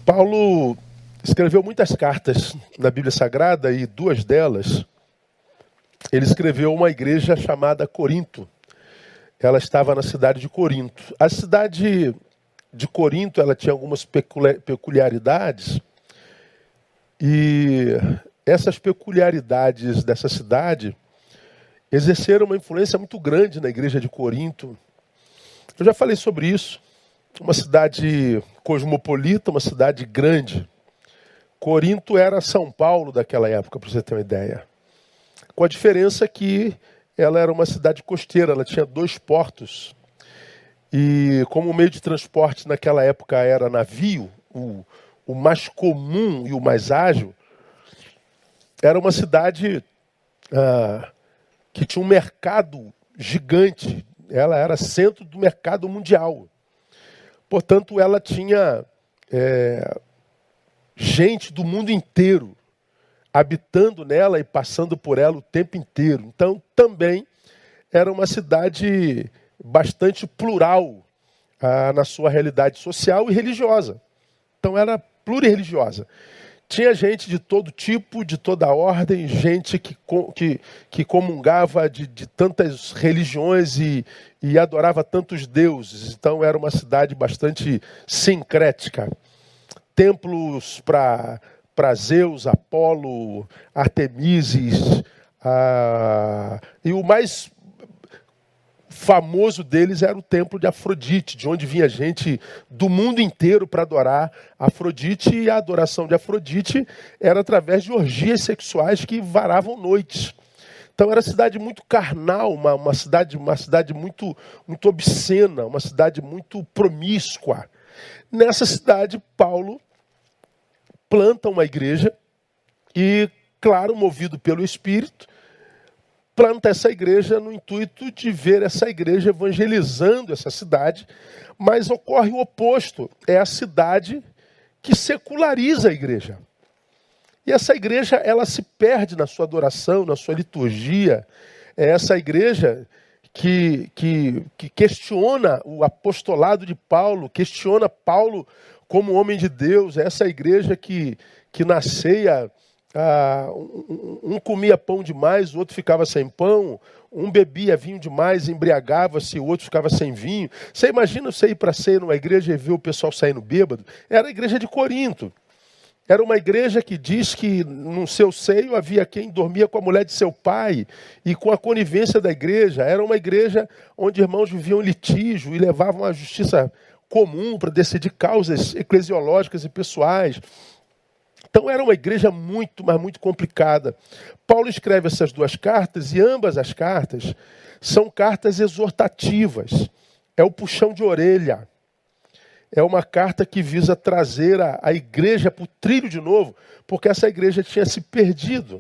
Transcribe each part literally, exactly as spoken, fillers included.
Paulo escreveu muitas cartas na Bíblia Sagrada e duas delas ele escreveu a uma igreja chamada Corinto. Ela estava na cidade de Corinto. A cidade de Corinto ela tinha algumas peculiaridades e essas peculiaridades dessa cidade exerceram uma influência muito grande na igreja de Corinto. Eu já falei sobre isso. Uma cidade cosmopolita, uma cidade grande. Corinto era São Paulo daquela época, para você ter uma ideia. Com a diferença que ela era uma cidade costeira, ela tinha dois portos. E como o meio de transporte naquela época era navio, o, o mais comum e o mais ágil, era uma cidade ah, que tinha um mercado gigante. Ela era centro do mercado mundial. Portanto, ela tinha é, gente do mundo inteiro habitando nela e passando por ela o tempo inteiro. Então, também era uma cidade bastante plural ah, na sua realidade social e religiosa. Então, era plurirreligiosa. Tinha gente de todo tipo, de toda ordem, gente que, que, que comungava de, de tantas religiões e, e adorava tantos deuses. Então era uma cidade bastante sincrética. Templos para para Zeus, Apolo, Artemises, ah, e o mais famoso deles era o templo de Afrodite, de onde vinha gente do mundo inteiro para adorar Afrodite, e a adoração de Afrodite era através de orgias sexuais que varavam noites. Então era uma cidade muito carnal, uma, uma, cidade, uma cidade muito, muito obscena, uma cidade muito promíscua. Nessa cidade, Paulo planta uma igreja e, claro, movido pelo Espírito, planta essa igreja no intuito de ver essa igreja evangelizando essa cidade, mas ocorre o oposto. É a cidade que seculariza a igreja. E essa igreja, ela se perde na sua adoração, na sua liturgia. É essa igreja que, que, que questiona o apostolado de Paulo, questiona Paulo como homem de Deus. É essa igreja que, que na ceia Ah, um, um comia pão demais, o outro ficava sem pão, um bebia vinho demais, embriagava-se, o outro ficava sem vinho. Você imagina você ir para a ceia numa igreja e ver o pessoal saindo bêbado? Era a igreja de Corinto. Era uma igreja que diz que no seu seio havia quem dormia com a mulher de seu pai e com a conivência da igreja. Era uma igreja onde irmãos viviam em litígio e levavam a justiça comum para decidir causas eclesiológicas e pessoais. Então era uma igreja muito, mas muito complicada. Paulo escreve essas duas cartas e ambas as cartas são cartas exortativas. É o puxão de orelha. É uma carta que visa trazer a, a igreja para o trilho de novo, porque essa igreja tinha se perdido.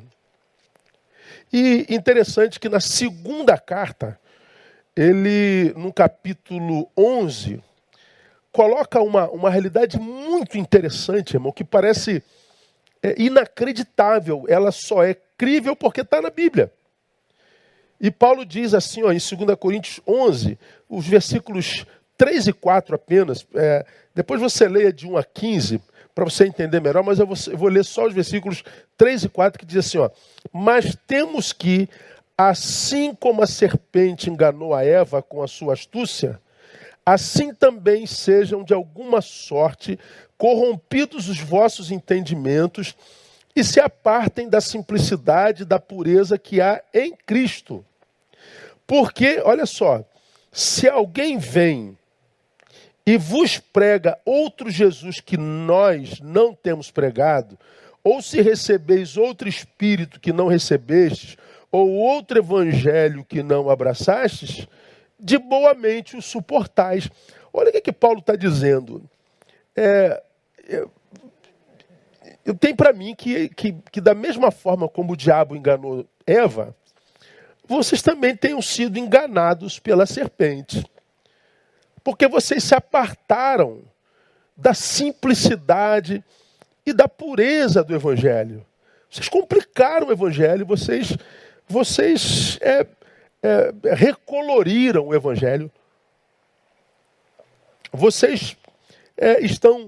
E interessante que na segunda carta, ele, no capítulo onze, coloca uma, uma realidade muito interessante, irmão, que parece é inacreditável, ela só é crível porque está na Bíblia. E Paulo diz assim, ó, em dois Coríntios onze, os versículos três e quatro apenas, é, depois você leia de um a quinze, para você entender melhor, mas eu vou, eu vou ler só os versículos três e quatro, que diz assim, ó, mas temos que, assim como a serpente enganou a Eva com a sua astúcia, assim também sejam de alguma sorte corrompidos os vossos entendimentos e se apartem da simplicidade e da pureza que há em Cristo. Porque, olha só, se alguém vem e vos prega outro Jesus que nós não temos pregado, ou se recebeis outro espírito que não recebestes, ou outro evangelho que não abraçastes, de boamente o suportais. Olha o que, que Paulo está dizendo. É, eu, eu tenho para mim que, que, que da mesma forma como o diabo enganou Eva, vocês também tenham sido enganados pela serpente. Porque vocês se apartaram da simplicidade e da pureza do evangelho. Vocês complicaram o evangelho, vocês, vocês é, é, recoloriram o evangelho. Vocês é, estão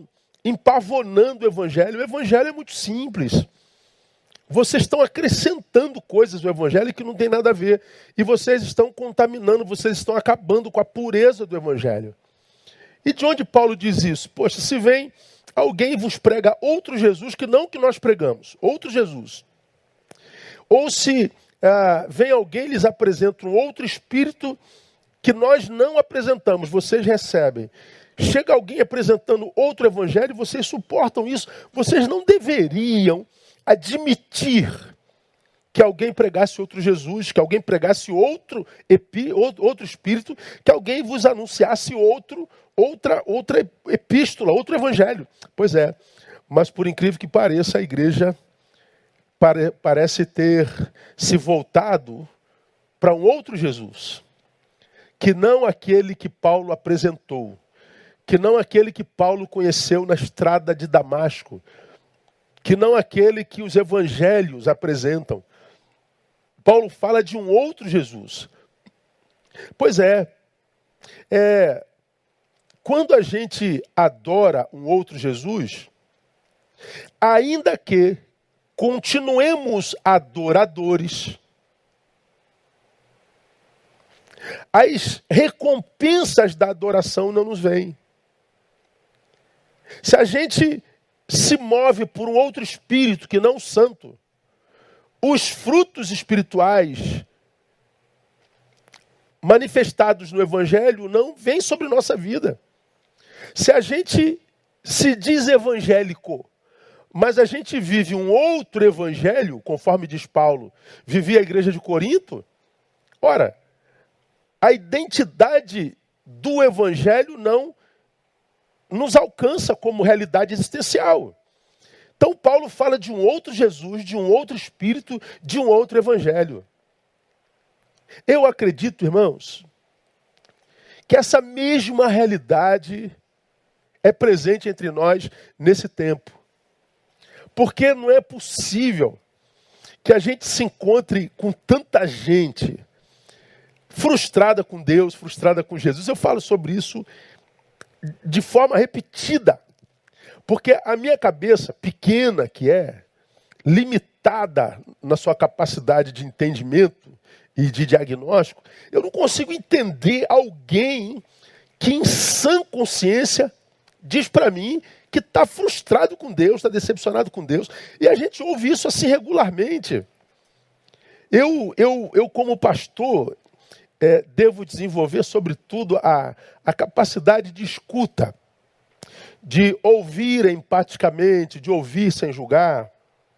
empavonando o evangelho. O evangelho é muito simples. Vocês estão acrescentando coisas no evangelho que não tem nada a ver. E vocês estão contaminando, vocês estão acabando com a pureza do evangelho. E de onde Paulo diz isso? Poxa, se vem alguém e vos prega outro Jesus que não que nós pregamos, outro Jesus. Ou se ah, vem alguém e lhes apresenta um outro espírito que nós não apresentamos, vocês recebem. Chega alguém apresentando outro evangelho, vocês suportam isso. Vocês não deveriam admitir que alguém pregasse outro Jesus, que alguém pregasse outro, epi, outro espírito, que alguém vos anunciasse outro, outra, outra epístola, outro evangelho. Pois é, mas por incrível que pareça, a igreja pare, parece ter se voltado para um outro Jesus, que não aquele que Paulo apresentou, que não aquele que Paulo conheceu na estrada de Damasco, que não aquele que os evangelhos apresentam. Paulo fala de um outro Jesus. Pois é, é, quando a gente adora um outro Jesus, ainda que continuemos adoradores, as recompensas da adoração não nos vêm. Se a gente se move por um outro espírito que não o santo, os frutos espirituais manifestados no evangelho não vêm sobre nossa vida. Se a gente se diz evangélico, mas a gente vive um outro evangelho, conforme diz Paulo, vivia a igreja de Corinto, ora, a identidade do evangelho não nos alcança como realidade existencial. Então Paulo fala de um outro Jesus, de um outro espírito, de um outro evangelho. Eu acredito, irmãos, que essa mesma realidade é presente entre nós nesse tempo. Porque não é possível que a gente se encontre com tanta gente frustrada com Deus, frustrada com Jesus. Eu falo sobre isso de forma repetida, porque a minha cabeça, pequena que é, limitada na sua capacidade de entendimento e de diagnóstico, eu não consigo entender alguém que em sã consciência diz para mim que está frustrado com Deus, está decepcionado com Deus, e a gente ouve isso assim regularmente. Eu, eu, eu como pastor, É, devo desenvolver, sobretudo, a, a capacidade de escuta, de ouvir empaticamente, de ouvir sem julgar,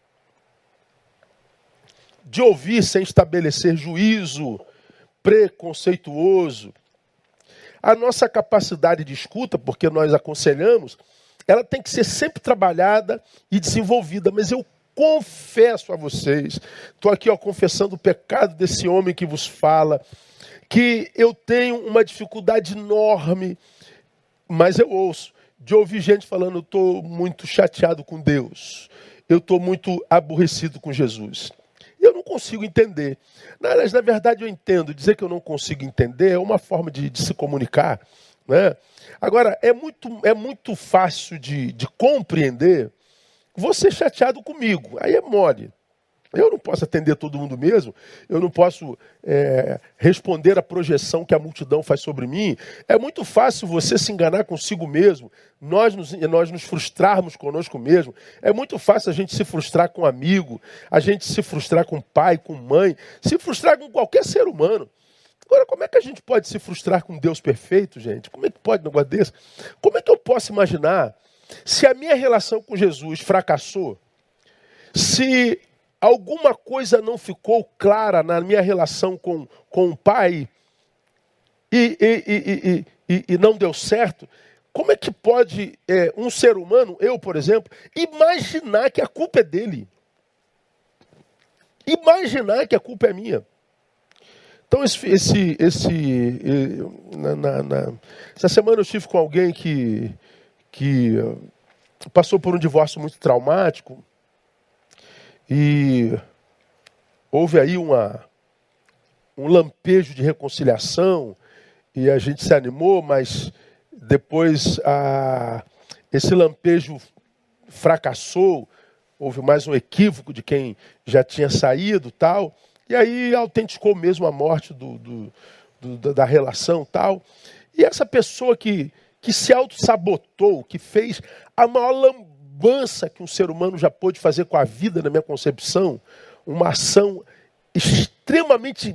de ouvir sem estabelecer juízo preconceituoso. A nossa capacidade de escuta, porque nós aconselhamos, ela tem que ser sempre trabalhada e desenvolvida, mas eu confesso a vocês, estou aqui ó, confessando o pecado desse homem que vos fala, que eu tenho uma dificuldade enorme, mas eu ouço, de ouvir gente falando, eu estou muito chateado com Deus, eu estou muito aborrecido com Jesus. Eu não consigo entender. Na, na verdade, eu entendo. Dizer que eu não consigo entender é uma forma de, de se comunicar, né? Agora, é muito, é muito fácil de, de compreender você chateado comigo. Aí é mole. Eu não posso atender todo mundo mesmo, eu não posso é, responder à projeção que a multidão faz sobre mim. É muito fácil você se enganar consigo mesmo, nós nos, nós nos frustrarmos conosco mesmo. É muito fácil a gente se frustrar com um amigo, a gente se frustrar com pai, com mãe, se frustrar com qualquer ser humano. Agora, como é que a gente pode se frustrar com Deus perfeito, gente? Como é que pode um negócio desse? Como é que eu posso imaginar se a minha relação com Jesus fracassou, se alguma coisa não ficou clara na minha relação com, com o pai e, e, e, e, e não deu certo, como é que pode é, um ser humano, eu, por exemplo, imaginar que a culpa é dele? Imaginar que a culpa é minha. Então, esse, esse, esse, na, na, na, essa semana eu estive com alguém que, que passou por um divórcio muito traumático, e houve aí uma, um lampejo de reconciliação, e a gente se animou, mas depois a, esse lampejo fracassou, houve mais um equívoco de quem já tinha saído, tal, e aí autenticou mesmo a morte do, do, do, da relação, tal. E essa pessoa que, que se auto-sabotou, que fez a maior lambança que um ser humano já pôde fazer com a vida, na minha concepção, uma ação extremamente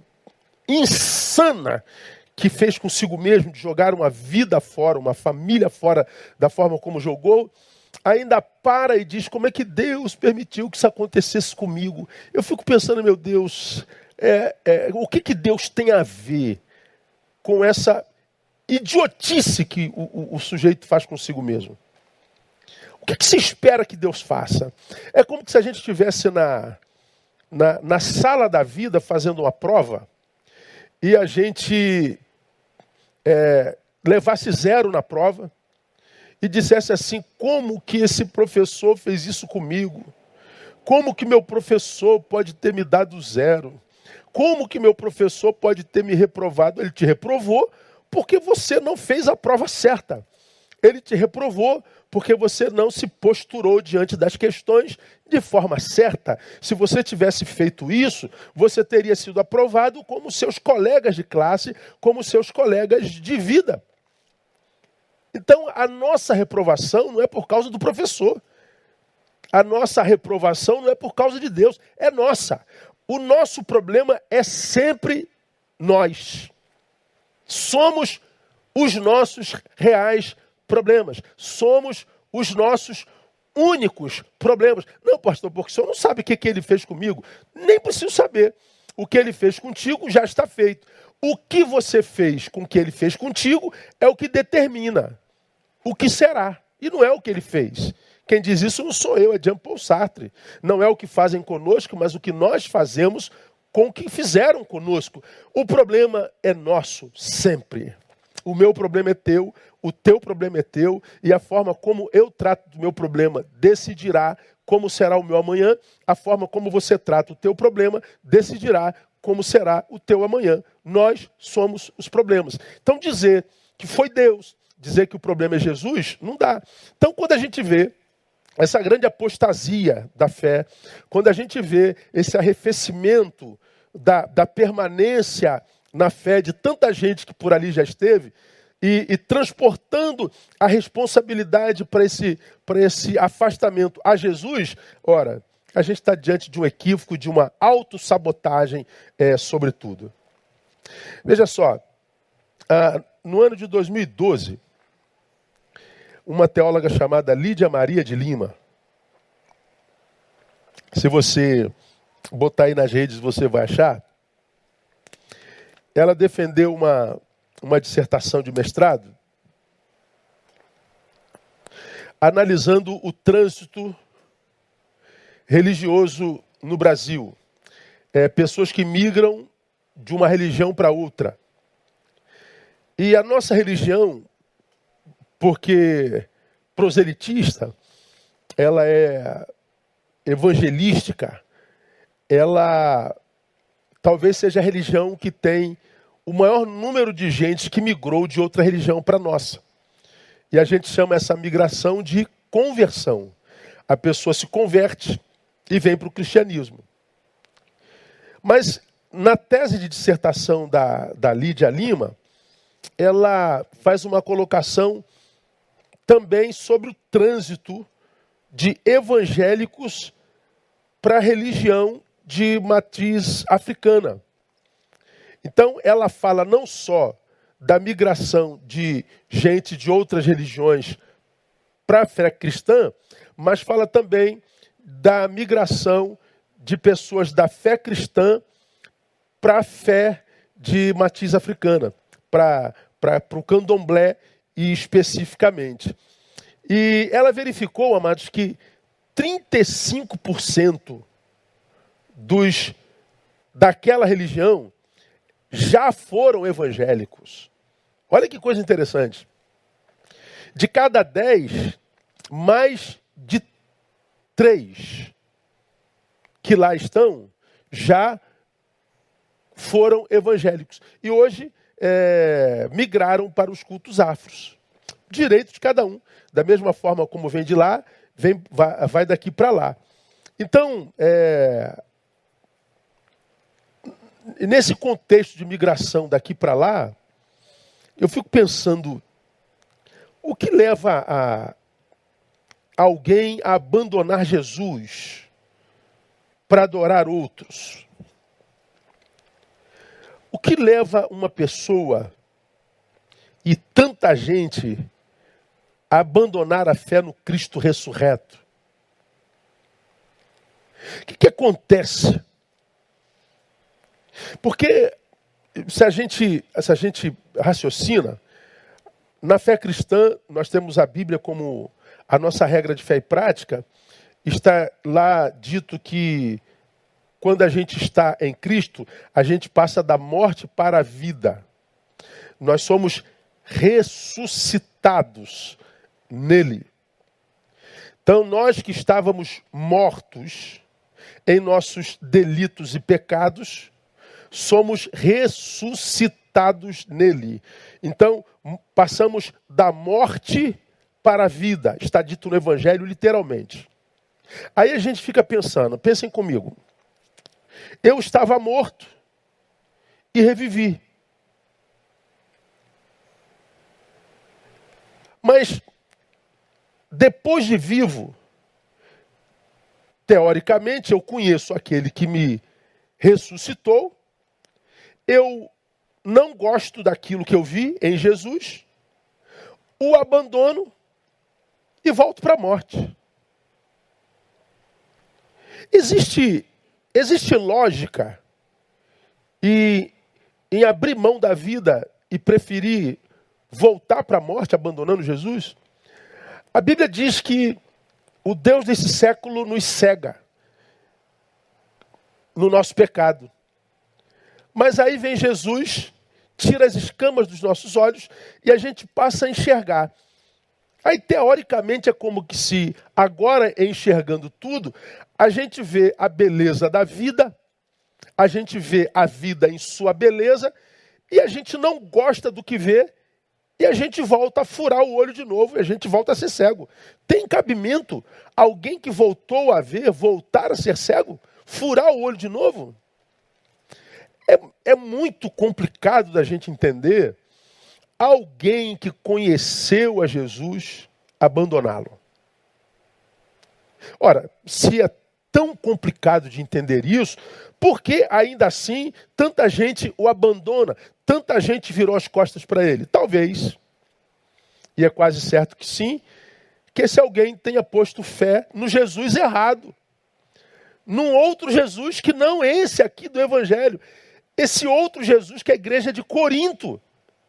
insana, que fez consigo mesmo de jogar uma vida fora, uma família fora da forma como jogou, ainda para e diz como é que Deus permitiu que isso acontecesse comigo. Eu fico pensando, meu Deus, é, é, o que, que Deus tem a ver com essa idiotice que o, o, o sujeito faz consigo mesmo? O que, que se espera que Deus faça? É como se a gente estivesse na, na, na sala da vida fazendo uma prova e a gente é, levasse zero na prova e dissesse assim, como que esse professor fez isso comigo? Como que meu professor pode ter me dado zero? Como que meu professor pode ter me reprovado? Ele te reprovou porque você não fez a prova certa. Ele te reprovou porque você não se posturou diante das questões de forma certa. Se você tivesse feito isso, você teria sido aprovado como seus colegas de classe, como seus colegas de vida. Então, a nossa reprovação não é por causa do professor. A nossa reprovação não é por causa de Deus, é nossa. O nosso problema é sempre nós. Somos os nossos reais problemas. Somos os nossos únicos problemas. Não, pastor, porque o senhor não sabe o que, que ele fez comigo. Nem preciso saber. O que ele fez contigo já está feito. O que você fez com o que ele fez contigo é o que determina o que será. E não é o que ele fez. Quem diz isso não sou eu, é Jean-Paul Sartre. Não é o que fazem conosco, mas o que nós fazemos com o que fizeram conosco. O problema é nosso, sempre. O meu problema é teu, o teu problema é teu, e a forma como eu trato do meu problema decidirá como será o meu amanhã. A forma como você trata o teu problema decidirá como será o teu amanhã. Nós somos os problemas. Então dizer que foi Deus, dizer que o problema é Jesus, não dá. Então quando a gente vê essa grande apostasia da fé, quando a gente vê esse arrefecimento da, da permanência na fé de tanta gente que por ali já esteve, e, e transportando a responsabilidade para esse, para esse afastamento a Jesus, ora, a gente está diante de um equívoco, de uma autossabotagem, é, sobretudo. Veja só, ah, no ano de dois mil e doze, uma teóloga chamada Lídia Maria de Lima, se você botar aí nas redes você vai achar, ela defendeu uma, uma dissertação de mestrado analisando o trânsito religioso no Brasil. É, pessoas que migram de uma religião para outra. E a nossa religião, porque proselitista, ela é evangelística, ela talvez seja a religião que tem o maior número de gente que migrou de outra religião para a nossa. E a gente chama essa migração de conversão. A pessoa se converte e vem para o cristianismo. Mas na tese de dissertação da, da Lídia Lima, ela faz uma colocação também sobre o trânsito de evangélicos para a religião de matriz africana. Então, ela fala não só da migração de gente de outras religiões para a fé cristã, mas fala também da migração de pessoas da fé cristã para a fé de matriz africana, para o candomblé e especificamente. E ela verificou, amados, que trinta e cinco por cento dos daquela religião já foram evangélicos. Olha que coisa interessante. De cada dez, mais de três que lá estão já foram evangélicos. E hoje é, migraram para os cultos afros. direito de cada um. Da mesma forma como vem de lá, vem, vai, vai daqui para lá. Então, é, nesse contexto de migração daqui para lá, eu fico pensando, o que leva a alguém a abandonar Jesus para adorar outros? O que leva uma pessoa e tanta gente a abandonar a fé no Cristo ressurreto? O que, que acontece? Porque se a gente, se a gente raciocina, na fé cristã nós temos a Bíblia como a nossa regra de fé e prática. Está lá dito que quando a gente está em Cristo, a gente passa da morte para a vida. Nós somos ressuscitados nele. Então, nós que estávamos mortos em nossos delitos e pecados, somos ressuscitados nele. Então, passamos da morte para a vida. Está dito no Evangelho literalmente. Aí a gente fica pensando, pensem comigo. Eu estava morto e revivi. Mas, depois de vivo, teoricamente, eu conheço aquele que me ressuscitou, eu não gosto daquilo que eu vi em Jesus, o abandono e volto para a morte. Existe, existe lógica e, em abrir mão da vida e preferir voltar para a morte abandonando Jesus? A Bíblia diz que o Deus desse século nos cega no nosso pecado. Mas aí vem Jesus, tira as escamas dos nossos olhos e a gente passa a enxergar. Aí, teoricamente, é como que se, agora enxergando tudo, a gente vê a beleza da vida, a gente vê a vida em sua beleza, e a gente não gosta do que vê, e a gente volta a furar o olho de novo, e a gente volta a ser cego. Tem cabimento alguém que voltou a ver, voltar a ser cego, furar o olho de novo? É, é muito complicado da gente entender alguém que conheceu a Jesus abandoná-lo. Ora, se é tão complicado de entender isso, por que ainda assim tanta gente o abandona? Tanta gente virou as costas para ele? Talvez, e é quase certo que sim, que esse alguém tenha posto fé no Jesus errado. Num outro Jesus que não esse aqui do Evangelho. Esse outro Jesus que a igreja de Corinto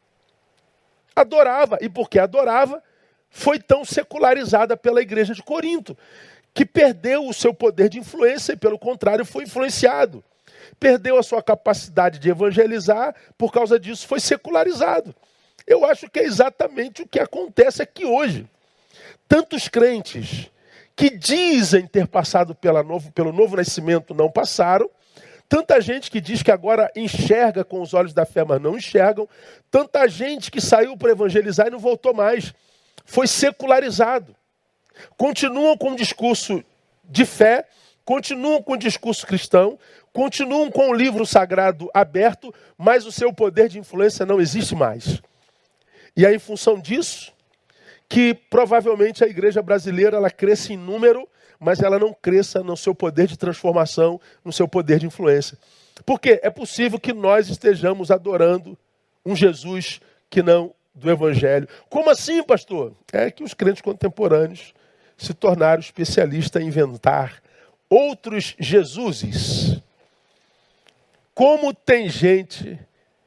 adorava. E porque adorava, foi tão secularizada pela igreja de Corinto, que perdeu o seu poder de influência e, pelo contrário, foi influenciado. Perdeu a sua capacidade de evangelizar, por causa disso foi secularizado. Eu acho que é exatamente o que acontece aqui hoje. Tantos crentes que dizem ter passado pela novo, pelo novo nascimento não passaram, tanta gente que diz que agora enxerga com os olhos da fé, mas não enxergam, tanta gente que saiu para evangelizar e não voltou mais. Foi secularizado. Continuam com o discurso de fé, continuam com o discurso cristão, continuam com o livro sagrado aberto, mas o seu poder de influência não existe mais. E é em função disso que provavelmente a igreja brasileira ela cresce em número, mas ela não cresça no seu poder de transformação, no seu poder de influência. Porque é possível que nós estejamos adorando um Jesus que não do Evangelho. Como assim, pastor? É que os crentes contemporâneos se tornaram especialistas em inventar outros Jesuses. Como tem gente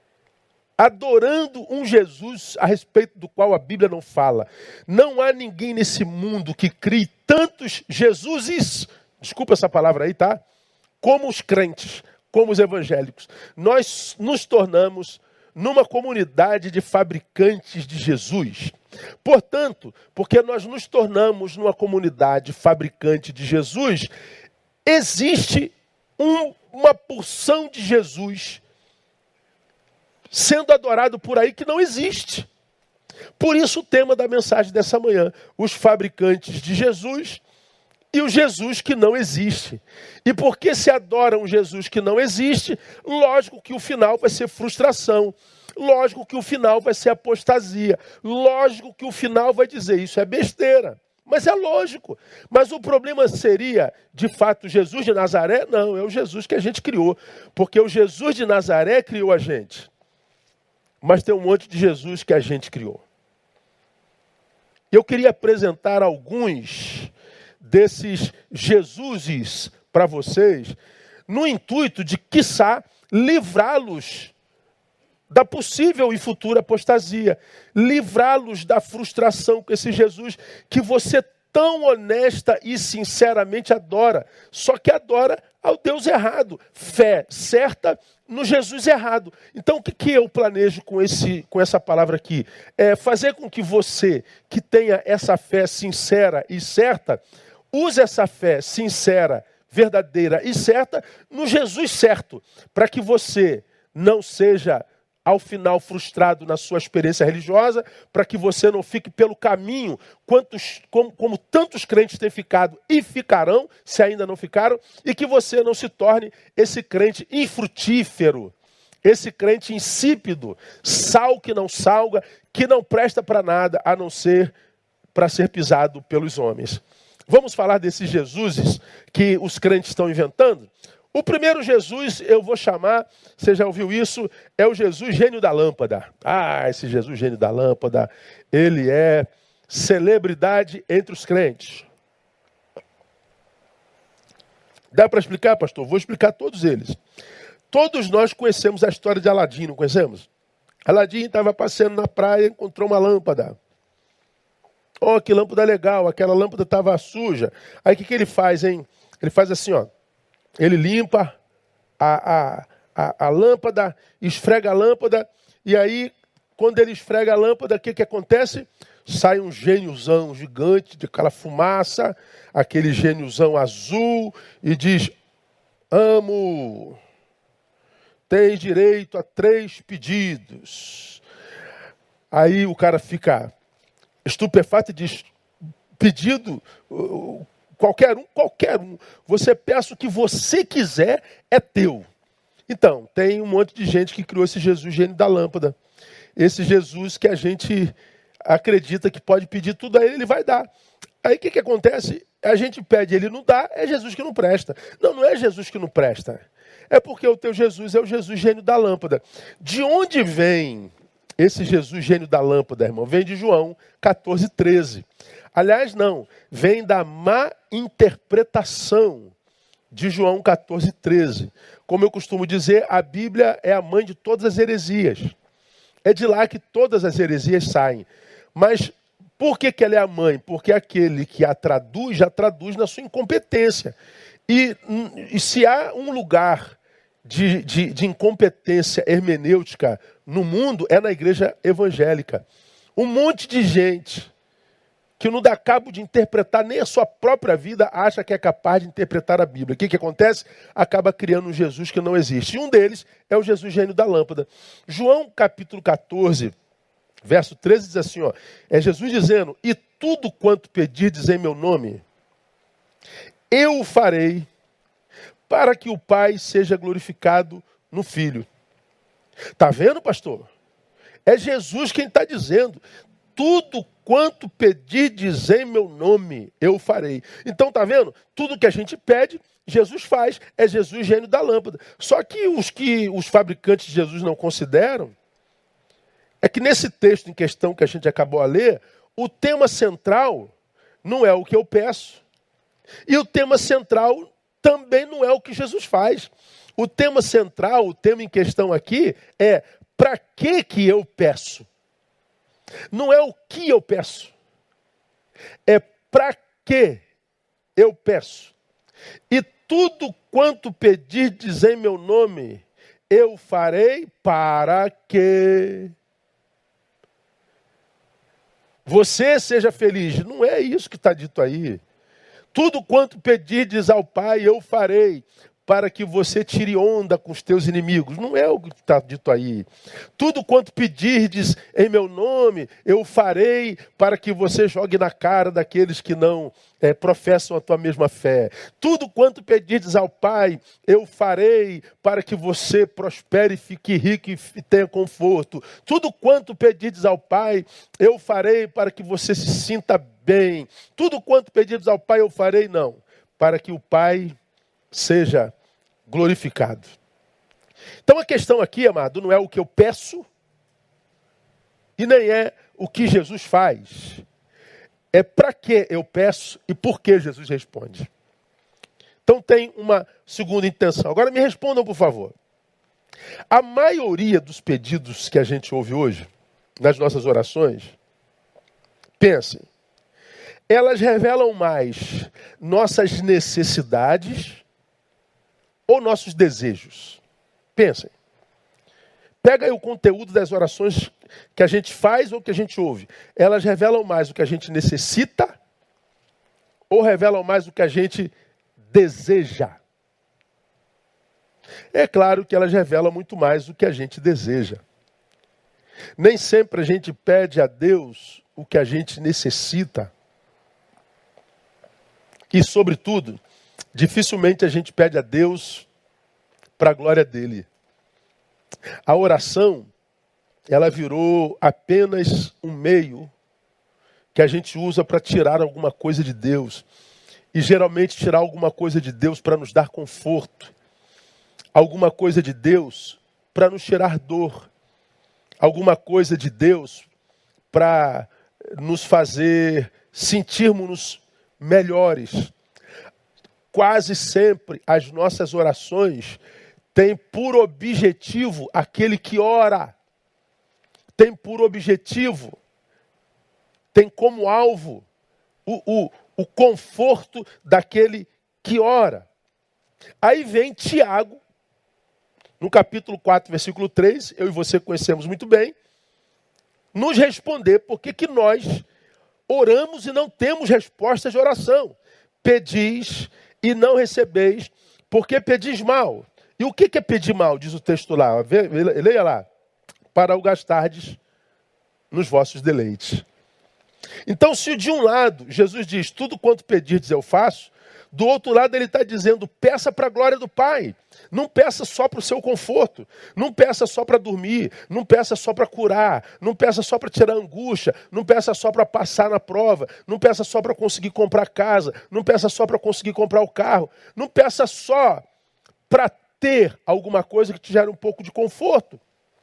adorando um Jesus a respeito do qual a Bíblia não fala. Não há ninguém nesse mundo que crie tantos Jesuses, desculpa essa palavra aí, tá? Como os crentes, como os evangélicos. Nós nos tornamos numa comunidade de fabricantes de Jesus. Portanto, porque nós nos tornamos numa comunidade fabricante de Jesus, existe um, uma porção de Jesus sendo adorado por aí que não existe. Por isso o tema da mensagem dessa manhã, os fabricantes de Jesus e o Jesus que não existe. E porque se adora um Jesus que não existe, lógico que o final vai ser frustração. Lógico que o final vai ser apostasia. Lógico que o final vai dizer, isso é besteira. Mas é lógico. Mas o problema seria, de fato, Jesus de Nazaré? Não, é o Jesus que a gente criou. Porque o Jesus de Nazaré criou a gente. Mas tem um monte de Jesus que a gente criou. Eu queria apresentar alguns desses Jesuses para vocês, no intuito de, quiçá, livrá-los da possível e futura apostasia, livrá-los da frustração com esse Jesus que você tão honesta e sinceramente adora, só que adora ao Deus errado, fé certa no Jesus errado. Então o que, que eu planejo com, esse, com essa palavra aqui? É fazer com que você, que tenha essa fé sincera e certa, use essa fé sincera, verdadeira e certa no Jesus certo, para que você não seja ao final frustrado na sua experiência religiosa, para que você não fique pelo caminho, quantos, como, como tantos crentes têm ficado e ficarão, se ainda não ficaram, e que você não se torne esse crente infrutífero, esse crente insípido, sal que não salga, que não presta para nada, a não ser para ser pisado pelos homens. Vamos falar desses Jesuses que os crentes estão inventando? O primeiro Jesus, eu vou chamar, você já ouviu isso, é o Jesus gênio da lâmpada. Ah, esse Jesus gênio da lâmpada, ele é celebridade entre os crentes. Dá para explicar, pastor? Vou explicar todos eles. Todos nós conhecemos a história de Aladim, não conhecemos? Aladim estava passeando na praia e encontrou uma lâmpada. Oh, que lâmpada legal, aquela lâmpada estava suja. Aí o que, que ele faz, hein? Ele faz assim, ó. Ele limpa a, a, a, a lâmpada, esfrega a lâmpada, e aí, quando ele esfrega a lâmpada, o que, que acontece? Sai um gêniozão gigante, de aquela fumaça, aquele gêniozão azul, e diz, amo, tens direito a três pedidos. Aí o cara fica estupefato e diz, pedido... Qualquer um, qualquer um. Você peça o que você quiser, é teu. Então, tem um monte de gente que criou esse Jesus gênio da lâmpada. Esse Jesus que a gente acredita que pode pedir tudo a ele, ele vai dar. Aí o que, que acontece? A gente pede, ele não dá, é Jesus que não presta. Não, não é Jesus que não presta. É porque o teu Jesus é o Jesus gênio da lâmpada. De onde vem esse Jesus gênio da lâmpada, irmão? Vem de João catorze, treze. Aliás, não, vem da má interpretação de João catorze, treze. Como eu costumo dizer, a Bíblia é a mãe de todas as heresias. É de lá que todas as heresias saem. Mas por que, que ela é a mãe? Porque aquele que a traduz, já traduz na sua incompetência. E, e se há um lugar de, de, de incompetência hermenêutica no mundo, é na igreja evangélica. Um monte de gente que não dá cabo de interpretar nem a sua própria vida, acha que é capaz de interpretar a Bíblia. O que, que acontece? Acaba criando um Jesus que não existe. E um deles é o Jesus gênio da lâmpada. João capítulo catorze, verso treze, diz assim, ó, é Jesus dizendo, e tudo quanto pedirdes em meu nome, eu o farei, para que o Pai seja glorificado no Filho. Está vendo, pastor? É Jesus quem está dizendo, tudo quanto pedirdes em meu nome, eu farei. Então, tá vendo? Tudo que a gente pede, Jesus faz. É Jesus gênio da lâmpada. Só que os que os fabricantes de Jesus não consideram, é que nesse texto em questão que a gente acabou de ler, o tema central não é o que eu peço. E o tema central também não é o que Jesus faz. O tema central, o tema em questão aqui, é para que que eu peço? Não é o que eu peço, é para que eu peço. E tudo quanto pedirdes em meu nome, eu farei para que você seja feliz. Não é isso que está dito aí. Tudo quanto pedirdes ao Pai, eu farei para que você tire onda com os teus inimigos. Não é o que está dito aí. Tudo quanto pedirdes em meu nome, eu farei para que você jogue na cara daqueles que não é, professam a tua mesma fé. Tudo quanto pedirdes ao Pai, eu farei para que você prospere, fique rico e tenha conforto. Tudo quanto pedirdes ao Pai, eu farei para que você se sinta bem. Tudo quanto pedirdes ao Pai, eu farei, não. Para que o Pai seja glorificado. Então a questão aqui, amado, não é o que eu peço e nem é o que Jesus faz. É para que eu peço e por que Jesus responde. Então tem uma segunda intenção. Agora me respondam, por favor. A maioria dos pedidos que a gente ouve hoje, nas nossas orações, pensem, elas revelam mais nossas necessidades ou nossos desejos? Pensem. Pega aí o conteúdo das orações que a gente faz ou que a gente ouve. Elas revelam mais o que a gente necessita ou revelam mais o que a gente deseja? É claro que elas revelam muito mais o que a gente deseja. Nem sempre a gente pede a Deus o que a gente necessita. E, sobretudo, dificilmente a gente pede a Deus para a glória dele. A oração, ela virou apenas um meio que a gente usa para tirar alguma coisa de Deus. E geralmente tirar alguma coisa de Deus para nos dar conforto. Alguma coisa de Deus para nos tirar dor. Alguma coisa de Deus para nos fazer sentirmos melhores. Quase sempre as nossas orações têm por objetivo aquele que ora. Tem por objetivo, tem como alvo o, o, o conforto daquele que ora. Aí vem Tiago, no capítulo quatro, versículo três, eu e você conhecemos muito bem, nos responder por que que nós oramos e não temos resposta de oração. Pedis e não recebeis, porque pedis mal. E o que que é pedir mal, diz o texto lá, leia lá. Para o gastardes nos vossos deleites. Então, se de um lado Jesus diz, tudo quanto pedirdes eu faço, do outro lado ele está dizendo, peça para a glória do Pai. Não peça só para o seu conforto. Não peça só para dormir. Não peça só para curar. Não peça só para tirar a angústia. Não peça só para passar na prova. Não peça só para conseguir comprar casa. Não peça só para conseguir comprar o carro. Não peça só para ter alguma coisa que te gere um pouco de conforto.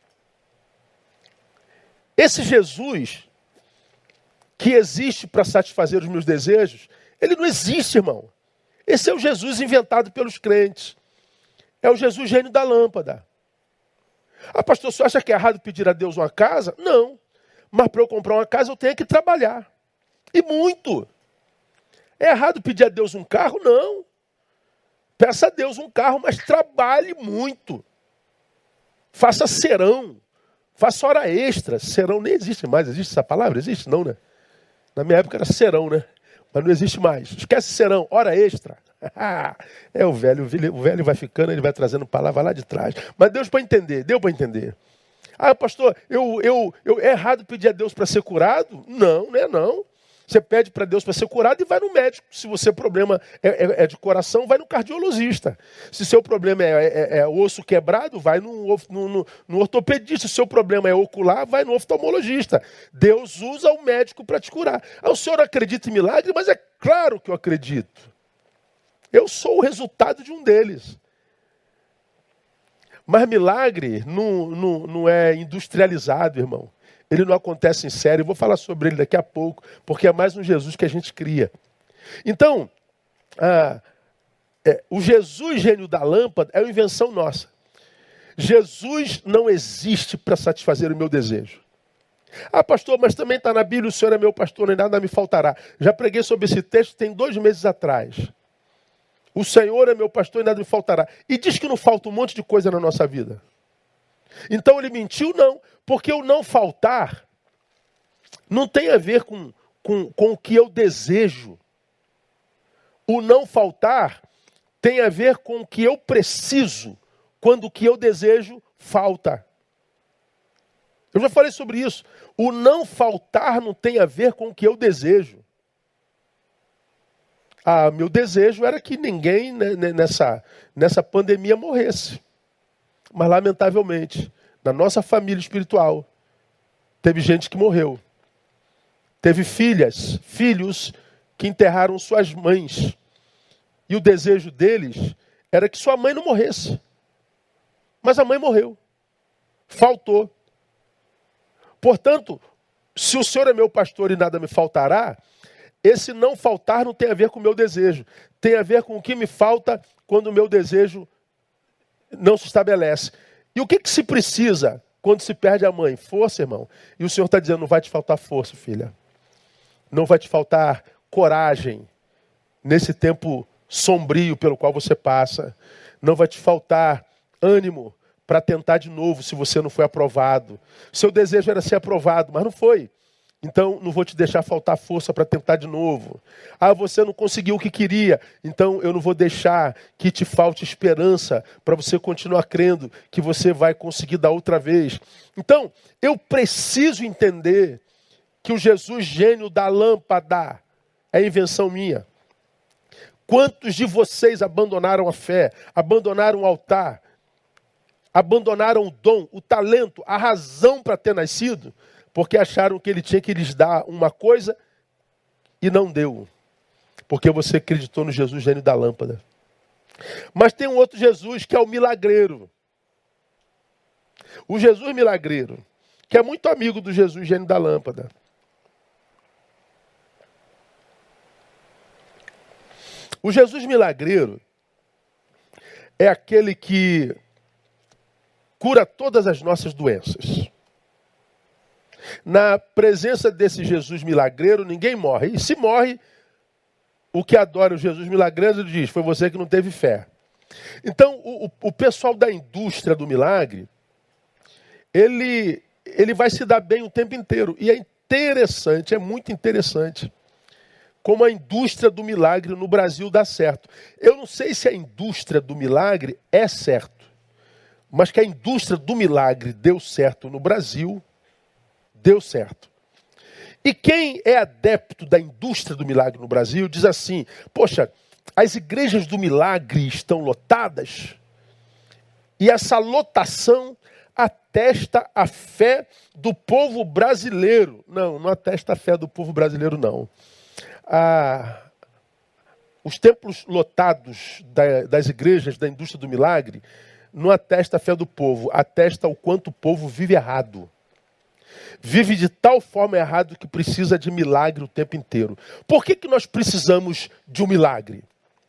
Esse Jesus que existe para satisfazer os meus desejos, ele não existe, irmão. Esse é o Jesus inventado pelos crentes. É o Jesus gênio da lâmpada. Ah, pastor, você acha que é errado pedir a Deus uma casa? Não. Mas para eu comprar uma casa eu tenho que trabalhar. E muito. É errado pedir a Deus um carro? Não. Peça a Deus um carro, mas trabalhe muito. Faça serão. Faça hora extra. Serão nem existe mais. Existe essa palavra? Existe não, né? Na minha época era serão, né? Mas não existe mais. Esquece serão. Hora extra. É o velho. O velho vai ficando, ele vai trazendo palavra lá de trás. Mas deu para entender. Deu para entender. Ah, pastor, eu, eu, eu, é errado pedir a Deus para ser curado? Não, não é não. Você pede para Deus para ser curado e vai no médico. Se o seu problema é, é, é de coração, vai no cardiologista. Se seu problema é, é, é osso quebrado, vai no, no, no, no ortopedista. Se seu problema é ocular, vai no oftalmologista. Deus usa o médico para te curar. Ah, o senhor acredita em milagre? Mas é claro que eu acredito. Eu sou o resultado de um deles. Mas milagre não, não, não é industrializado, irmão. Ele não acontece em série. Eu vou falar sobre ele daqui a pouco, porque é mais um Jesus que a gente cria. Então, ah, é, o Jesus gênio da lâmpada é uma invenção nossa. Jesus não existe para satisfazer o meu desejo. Ah, pastor, mas também está na Bíblia, o Senhor é meu pastor, nem nada me faltará. Já preguei sobre esse texto tem dois meses atrás. O Senhor é meu pastor e nada me faltará. E diz que não falta um monte de coisa na nossa vida. Então ele mentiu? Não. Porque o não faltar não tem a ver com, com, com o que eu desejo. O não faltar tem a ver com o que eu preciso, quando o que eu desejo falta. Eu já falei sobre isso. O não faltar não tem a ver com o que eu desejo. Ah, meu desejo era que ninguém né, nessa, nessa pandemia morresse. Mas, lamentavelmente, na nossa família espiritual, teve gente que morreu. Teve filhas, filhos que enterraram suas mães. E o desejo deles era que sua mãe não morresse. Mas a mãe morreu. Faltou. Portanto, se o Senhor é meu pastor e nada me faltará, esse não faltar não tem a ver com o meu desejo. Tem a ver com o que me falta quando o meu desejo não se estabelece. E o que, que se precisa quando se perde a mãe? Força, irmão. E o Senhor está dizendo, não vai te faltar força, filha. Não vai te faltar coragem nesse tempo sombrio pelo qual você passa. Não vai te faltar ânimo para tentar de novo se você não foi aprovado. Seu desejo era ser aprovado, mas não foi. Então, não vou te deixar faltar força para tentar de novo. Ah, você não conseguiu o que queria. Então, eu não vou deixar que te falte esperança para você continuar crendo que você vai conseguir da outra vez. Então, eu preciso entender que o Jesus gênio da lâmpada é invenção minha. Quantos de vocês abandonaram a fé, abandonaram o altar, abandonaram o dom, o talento, a razão para ter nascido, porque acharam que ele tinha que lhes dar uma coisa e não deu. Porque você acreditou no Jesus gênio da lâmpada. Mas tem um outro Jesus que é o milagreiro. O Jesus milagreiro, que é muito amigo do Jesus gênio da lâmpada. O Jesus milagreiro é aquele que cura todas as nossas doenças. Na presença desse Jesus milagreiro, ninguém morre. E se morre, o que adora o Jesus milagreiro diz, foi você que não teve fé. Então, o, o pessoal da indústria do milagre, ele, ele vai se dar bem o tempo inteiro. E é interessante, é muito interessante, como a indústria do milagre no Brasil dá certo. Eu não sei se a indústria do milagre é certo, mas que a indústria do milagre deu certo no Brasil, deu certo. E quem é adepto da indústria do milagre no Brasil diz assim, poxa, as igrejas do milagre estão lotadas e essa lotação atesta a fé do povo brasileiro. Não, não atesta a fé do povo brasileiro, não. Ah, os templos lotados da, das igrejas da indústria do milagre não atesta a fé do povo, atesta o quanto o povo vive errado. Vive de tal forma errado que precisa de milagre o tempo inteiro. Por que, que nós precisamos de um milagre?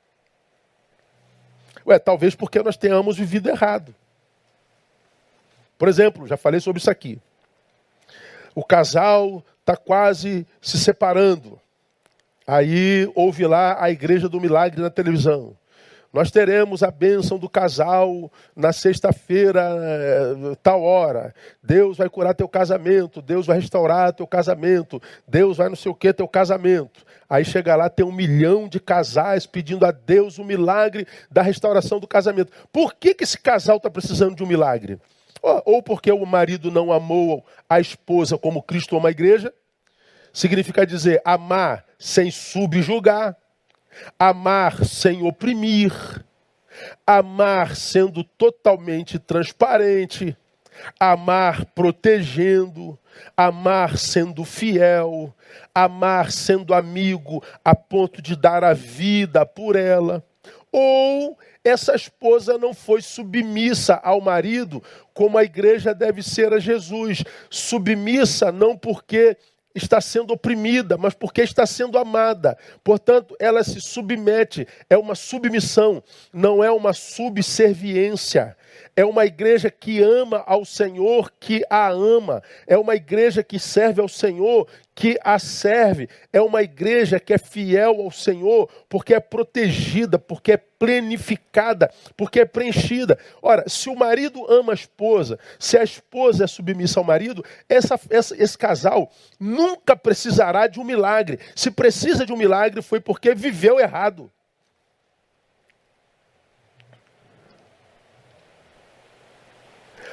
Ué, talvez porque nós tenhamos vivido errado. Por exemplo, já falei sobre isso aqui. O casal está quase se separando. Aí ouve lá a Igreja do Milagre na televisão. Nós teremos a bênção do casal na sexta-feira, tal hora. Deus vai curar teu casamento, Deus vai restaurar teu casamento, Deus vai não sei o que teu casamento. Aí chega lá, tem um milhão de casais pedindo a Deus o milagre da restauração do casamento. Por que, que esse casal está precisando de um milagre? Ou porque o marido não amou a esposa como Cristo ama a igreja, significa dizer amar sem subjugar, amar sem oprimir, amar sendo totalmente transparente, amar protegendo, amar sendo fiel, amar sendo amigo a ponto de dar a vida por ela. Ou essa esposa não foi submissa ao marido como a igreja deve ser a Jesus. Submissa não porque está sendo oprimida, mas porque está sendo amada. Portanto, ela se submete. É uma submissão, não é uma subserviência. É uma igreja que ama ao Senhor, que a ama. É uma igreja que serve ao Senhor, que a serve. É uma igreja que é fiel ao Senhor, porque é protegida, porque é plenificada, porque é preenchida. Ora, se o marido ama a esposa, se a esposa é submissa ao marido, essa, essa, esse casal nunca precisará de um milagre. Se precisa de um milagre, foi porque viveu errado.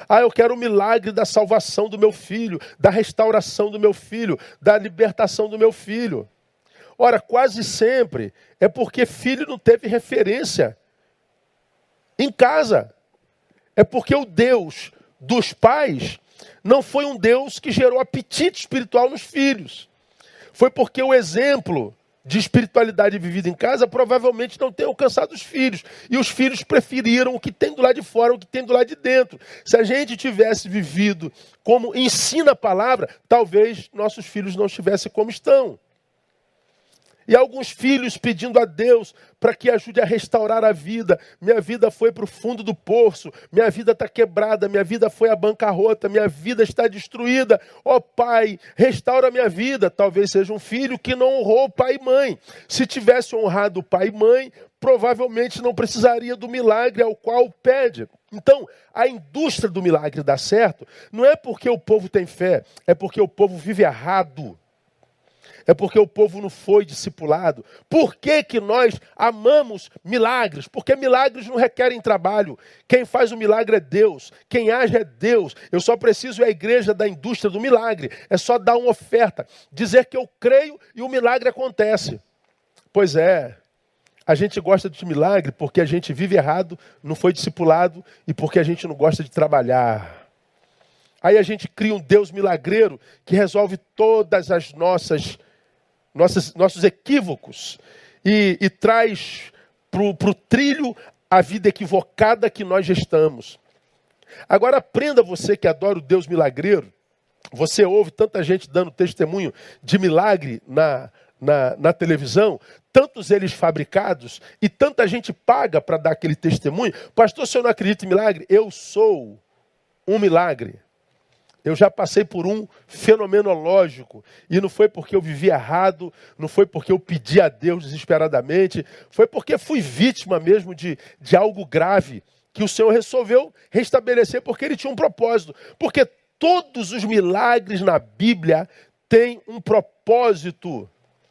Ah, eu quero o milagre da salvação do meu filho, da restauração do meu filho, da libertação do meu filho. Ora, quase sempre é porque filho não teve referência em casa. É porque o Deus dos pais não foi um Deus que gerou apetite espiritual nos filhos. Foi porque o exemplo de espiritualidade vivida em casa provavelmente não tem alcançado os filhos. E os filhos preferiram o que tem do lado de fora, o que tem do lado de dentro. Se a gente tivesse vivido como ensina a palavra, talvez nossos filhos não estivessem como estão. E alguns filhos pedindo a Deus para que ajude a restaurar a vida. Minha vida foi para o fundo do poço, minha vida está quebrada, minha vida foi à bancarrota, minha vida está destruída. Ó Pai, restaura a minha vida. Talvez seja um filho que não honrou pai e mãe. Se tivesse honrado pai e mãe, provavelmente não precisaria do milagre ao qual pede. Então, a indústria do milagre dá certo, não é porque o povo tem fé, é porque o povo vive errado. É porque o povo não foi discipulado. Por que que nós amamos milagres? Porque milagres não requerem trabalho. Quem faz o milagre é Deus. Quem age é Deus. Eu só preciso ir à igreja da indústria do milagre. É só dar uma oferta. Dizer que eu creio e o milagre acontece. Pois é. A gente gosta de milagre porque a gente vive errado, não foi discipulado e porque a gente não gosta de trabalhar. Aí a gente cria um Deus milagreiro que resolve todas as nossas Nossos, nossos equívocos e, e traz para o trilho a vida equivocada que nós gestamos. Agora aprenda, você que adora o Deus milagreiro, você ouve tanta gente dando testemunho de milagre na, na, na televisão, tantos eles fabricados, e tanta gente paga para dar aquele testemunho. Pastor, se eu não acredito em milagre, eu sou um milagre. Eu já passei por um fenomenológico. E não foi porque eu vivi errado, não foi porque eu pedi a Deus desesperadamente, foi porque fui vítima mesmo de, de algo grave que o Senhor resolveu restabelecer porque Ele tinha um propósito. Porque todos os milagres na Bíblia têm um propósito.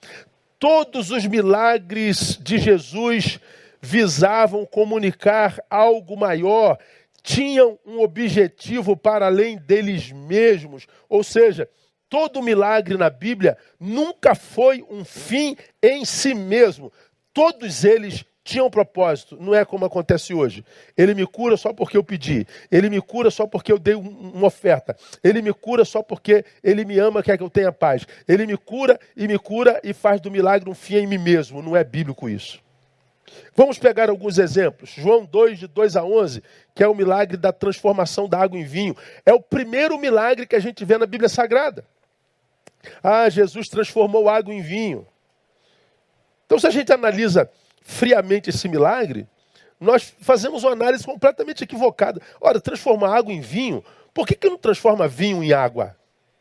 Todos os milagres de Jesus visavam comunicar algo maior, tinham um objetivo para além deles mesmos. Ou seja, todo milagre na Bíblia nunca foi um fim em si mesmo. Todos eles tinham um propósito. Não é como acontece hoje. Ele me cura só porque eu pedi. Ele me cura só porque eu dei um, uma oferta. Ele me cura só porque Ele me ama, quer que eu tenha paz. Ele me cura e me cura e faz do milagre um fim em mim mesmo. Não é bíblico isso. Vamos pegar alguns exemplos. João dois, de dois a onze, que é o milagre da transformação da água em vinho. É o primeiro milagre que a gente vê na Bíblia Sagrada. Ah, Jesus transformou água em vinho. Então, se a gente analisa friamente esse milagre, nós fazemos uma análise completamente equivocada. Ora, transformar água em vinho, por que que não transforma vinho em água?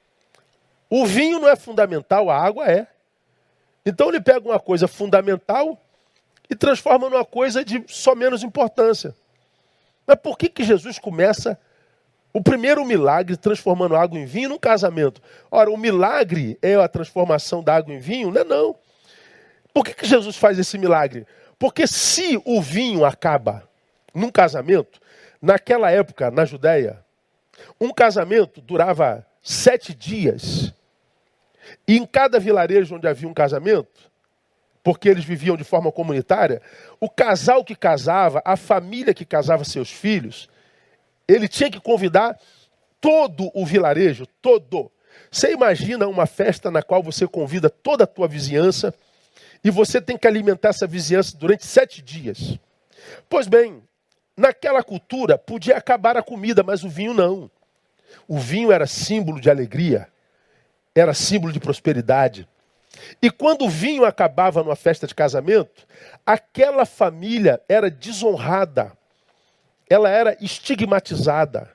O vinho não é fundamental, a água é. Então ele pega uma coisa fundamental e transforma numa coisa de só menos importância. Mas por que que Jesus começa o primeiro milagre transformando água em vinho num casamento? Ora, o milagre é a transformação da água em vinho? Não é não. Por que que Jesus faz esse milagre? Porque se o vinho acaba num casamento, naquela época, na Judéia, um casamento durava sete dias. E em cada vilarejo onde havia um casamento, porque eles viviam de forma comunitária, o casal que casava, a família que casava seus filhos, ele tinha que convidar todo o vilarejo, todo. Você imagina uma festa na qual você convida toda a tua vizinhança e você tem que alimentar essa vizinhança durante sete dias. Pois bem, naquela cultura podia acabar a comida, mas o vinho não. O vinho era símbolo de alegria, era símbolo de prosperidade. E quando o vinho acabava numa festa de casamento, aquela família era desonrada, ela era estigmatizada,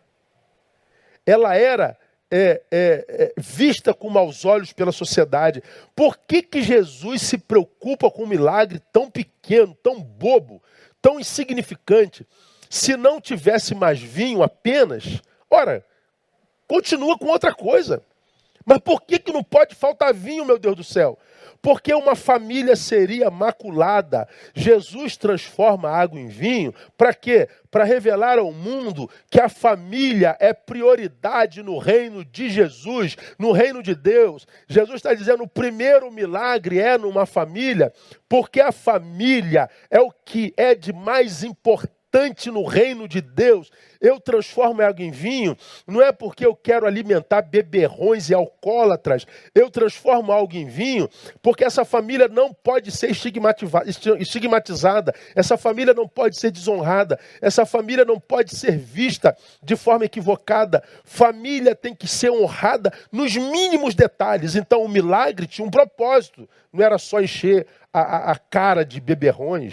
ela era é, é, é, vista com maus olhos pela sociedade. Por que que Jesus se preocupa com um milagre tão pequeno, tão bobo, tão insignificante? Se não tivesse mais vinho apenas, ora, continua com outra coisa. Mas por que, que não pode faltar vinho, meu Deus do céu? Porque uma família seria maculada. Jesus transforma a água em vinho. Para quê? Para revelar ao mundo que a família é prioridade no reino de Jesus, no reino de Deus. Jesus está dizendo, o primeiro milagre é numa família, porque a família é o que é de mais importante no reino de Deus. Eu transformo a água em vinho, não é porque eu quero alimentar beberrões e alcoólatras. Eu transformo algo em vinho porque essa família não pode ser estigmatizada. Essa família não pode ser desonrada. Essa família não pode ser vista de forma equivocada. Família tem que ser honrada nos mínimos detalhes. Então o milagre tinha um propósito. Não era só encher a, a, a cara de beberrões.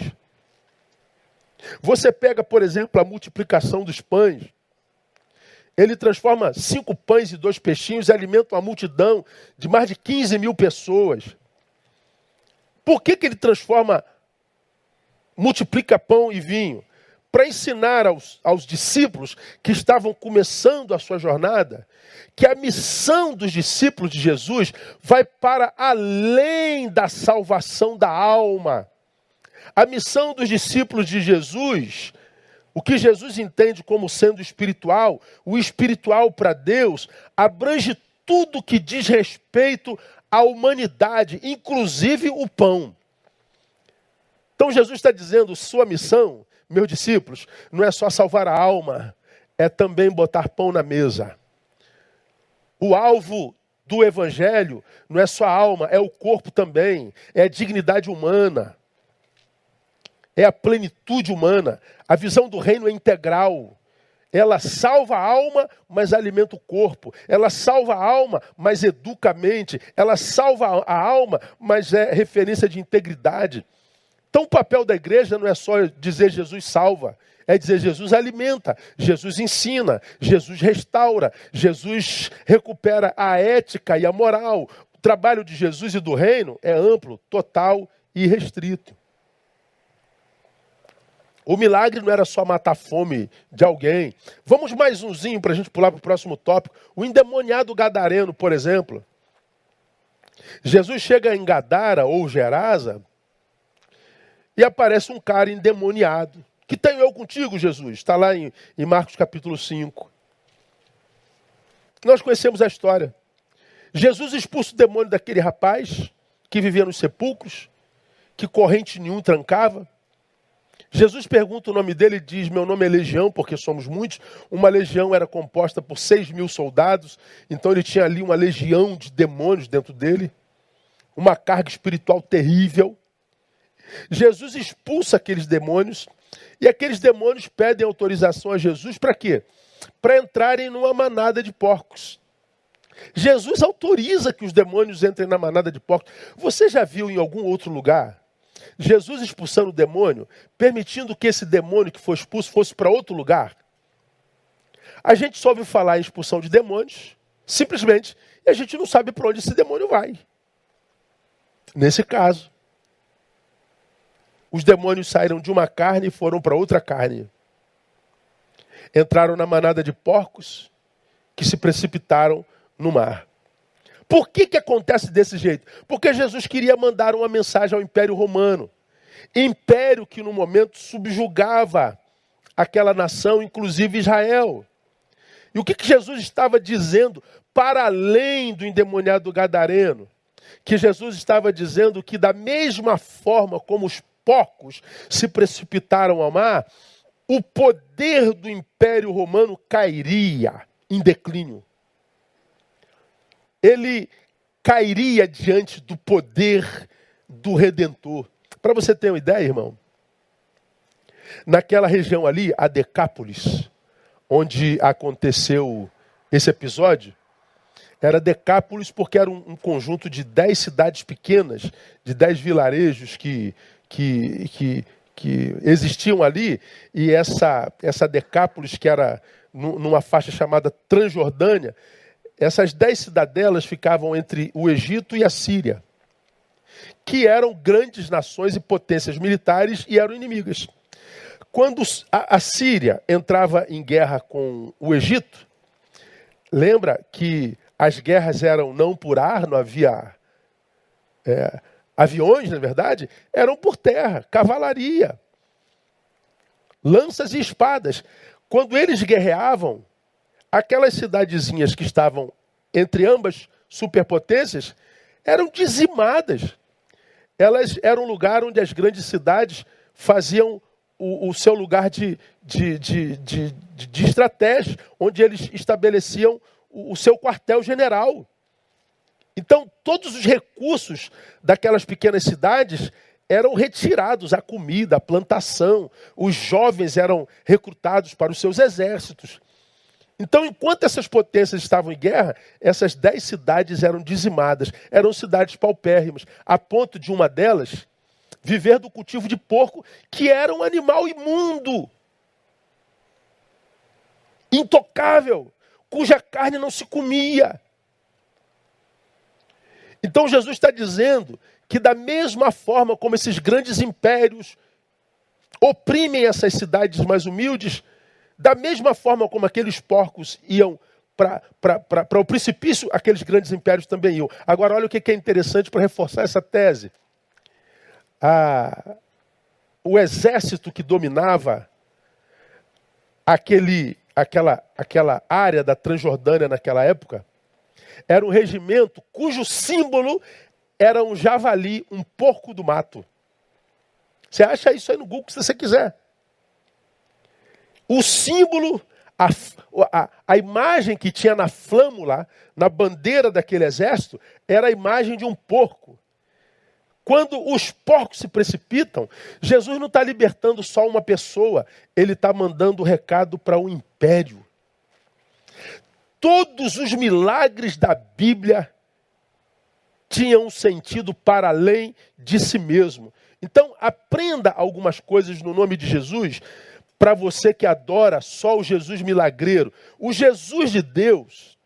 Você pega, por exemplo, a multiplicação dos pães. Ele transforma cinco pães e dois peixinhos e alimenta uma multidão de mais de quinze mil pessoas. Por que que ele transforma, multiplica pão e vinho? Para ensinar aos, aos discípulos que estavam começando a sua jornada, que a missão dos discípulos de Jesus vai para além da salvação da alma. A missão dos discípulos de Jesus, o que Jesus entende como sendo espiritual, o espiritual para Deus, abrange tudo que diz respeito à humanidade, inclusive o pão. Então Jesus está dizendo, sua missão, meus discípulos, não é só salvar a alma, é também botar pão na mesa. O alvo do evangelho não é só a alma, é o corpo também, é a dignidade humana. É a plenitude humana. A visão do reino é integral. Ela salva a alma, mas alimenta o corpo. Ela salva a alma, mas educa a mente. Ela salva a alma, mas é referência de integridade. Então o papel da igreja não é só dizer Jesus salva. É dizer Jesus alimenta, Jesus ensina, Jesus restaura, Jesus recupera a ética e a moral. O trabalho de Jesus e do reino é amplo, total e restrito. O milagre não era só matar a fome de alguém. Vamos mais umzinho para a gente pular para o próximo tópico. O endemoniado gadareno, por exemplo. Jesus chega em Gadara ou Gerasa e aparece um cara endemoniado. Que tenho eu contigo, Jesus? Está lá em, em Marcos capítulo cinco. Nós conhecemos a história. Jesus expulsa o demônio daquele rapaz que vivia nos sepulcros, que corrente nenhum trancava. Jesus pergunta o nome dele e diz, meu nome é Legião, porque somos muitos. Uma legião era composta por seis mil soldados, então ele tinha ali uma legião de demônios dentro dele, uma carga espiritual terrível. Jesus expulsa aqueles demônios, e aqueles demônios pedem autorização a Jesus para quê? Para entrarem numa manada de porcos. Jesus autoriza que os demônios entrem na manada de porcos. Você já viu em algum outro lugar Jesus expulsando o demônio, permitindo que esse demônio que foi expulso fosse para outro lugar? A gente só ouve falar em expulsão de demônios, simplesmente, e a gente não sabe para onde esse demônio vai. Nesse caso, os demônios saíram de uma carne e foram para outra carne. Entraram na manada de porcos que se precipitaram no mar. Por que que acontece desse jeito? Porque Jesus queria mandar uma mensagem ao Império Romano. Império que no momento subjugava aquela nação, inclusive Israel. E o que que Jesus estava dizendo para além do endemoniado gadareno? Que Jesus estava dizendo que da mesma forma como os porcos se precipitaram ao mar, o poder do Império Romano cairia em declínio. Ele cairia diante do poder do Redentor. Para você ter uma ideia, irmão, naquela região ali, a Decápolis, onde aconteceu esse episódio, era Decápolis porque era um, um conjunto de dez cidades pequenas, de dez vilarejos que, que, que, que existiam ali, e essa, essa Decápolis, que era numa faixa chamada Transjordânia, essas dez cidadelas ficavam entre o Egito e a Síria, que eram grandes nações e potências militares e eram inimigas. Quando a, a Síria entrava em guerra com o Egito, lembra que as guerras eram não por ar, não havia é, aviões, na verdade, eram por terra, cavalaria, lanças e espadas. Quando eles guerreavam, aquelas cidadezinhas que estavam entre ambas superpotências eram dizimadas. Elas eram um lugar onde as grandes cidades faziam o, o seu lugar de, de, de, de, de estratégia, onde eles estabeleciam o, o seu quartel-general. Então, todos os recursos daquelas pequenas cidades eram retirados, a comida, a plantação, os jovens eram recrutados para os seus exércitos. Então, enquanto essas potências estavam em guerra, essas dez cidades eram dizimadas, eram cidades paupérrimas, a ponto de uma delas viver do cultivo de porco, que era um animal imundo, intocável, cuja carne não se comia. Então, Jesus está dizendo que da mesma forma como esses grandes impérios oprimem essas cidades mais humildes, da mesma forma como aqueles porcos iam para o precipício, aqueles grandes impérios também iam. Agora, olha o que é interessante para reforçar essa tese. Ah, o exército que dominava aquele, aquela, aquela área da Transjordânia naquela época era um regimento cujo símbolo era um javali, um porco do mato. Você acha isso aí no Google se você quiser. O símbolo, a, a, a imagem que tinha na flâmula, na bandeira daquele exército, era a imagem de um porco. Quando os porcos se precipitam, Jesus não está libertando só uma pessoa, ele está mandando o recado para um império. Todos os milagres da Bíblia tinham um sentido para além de si mesmo. Então, aprenda algumas coisas no nome de Jesus, para você que adora só o Jesus milagreiro. O Jesus de Deus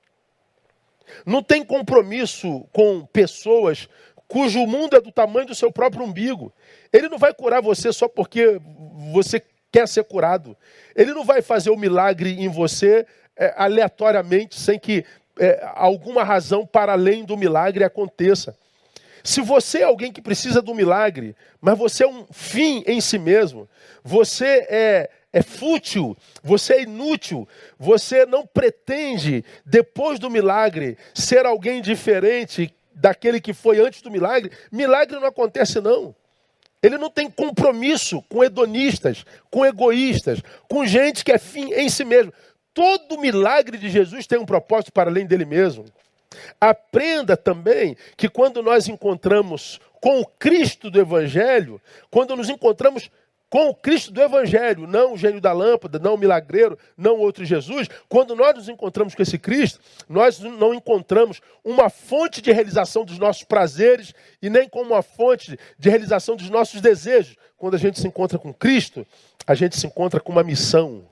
não tem compromisso com pessoas cujo mundo é do tamanho do seu próprio umbigo. Ele não vai curar você só porque você quer ser curado. Ele não vai fazer o milagre em você é, aleatoriamente, sem que é, alguma razão para além do milagre aconteça. Se você é alguém que precisa do milagre, mas você é um fim em si mesmo, você é, é fútil, você é inútil, você não pretende, depois do milagre, ser alguém diferente daquele que foi antes do milagre, milagre não acontece não. Ele não tem compromisso com hedonistas, com egoístas, com gente que é fim em si mesmo. Todo milagre de Jesus tem um propósito para além dele mesmo. Aprenda também que quando nós encontramos com o Cristo do Evangelho, quando nos encontramos com o Cristo do Evangelho, não o gênio da lâmpada, não o milagreiro, não outro Jesus, quando nós nos encontramos com esse Cristo, nós não encontramos uma fonte de realização dos nossos prazeres e nem como uma fonte de realização dos nossos desejos. Quando a gente se encontra com Cristo, a gente se encontra com uma missão,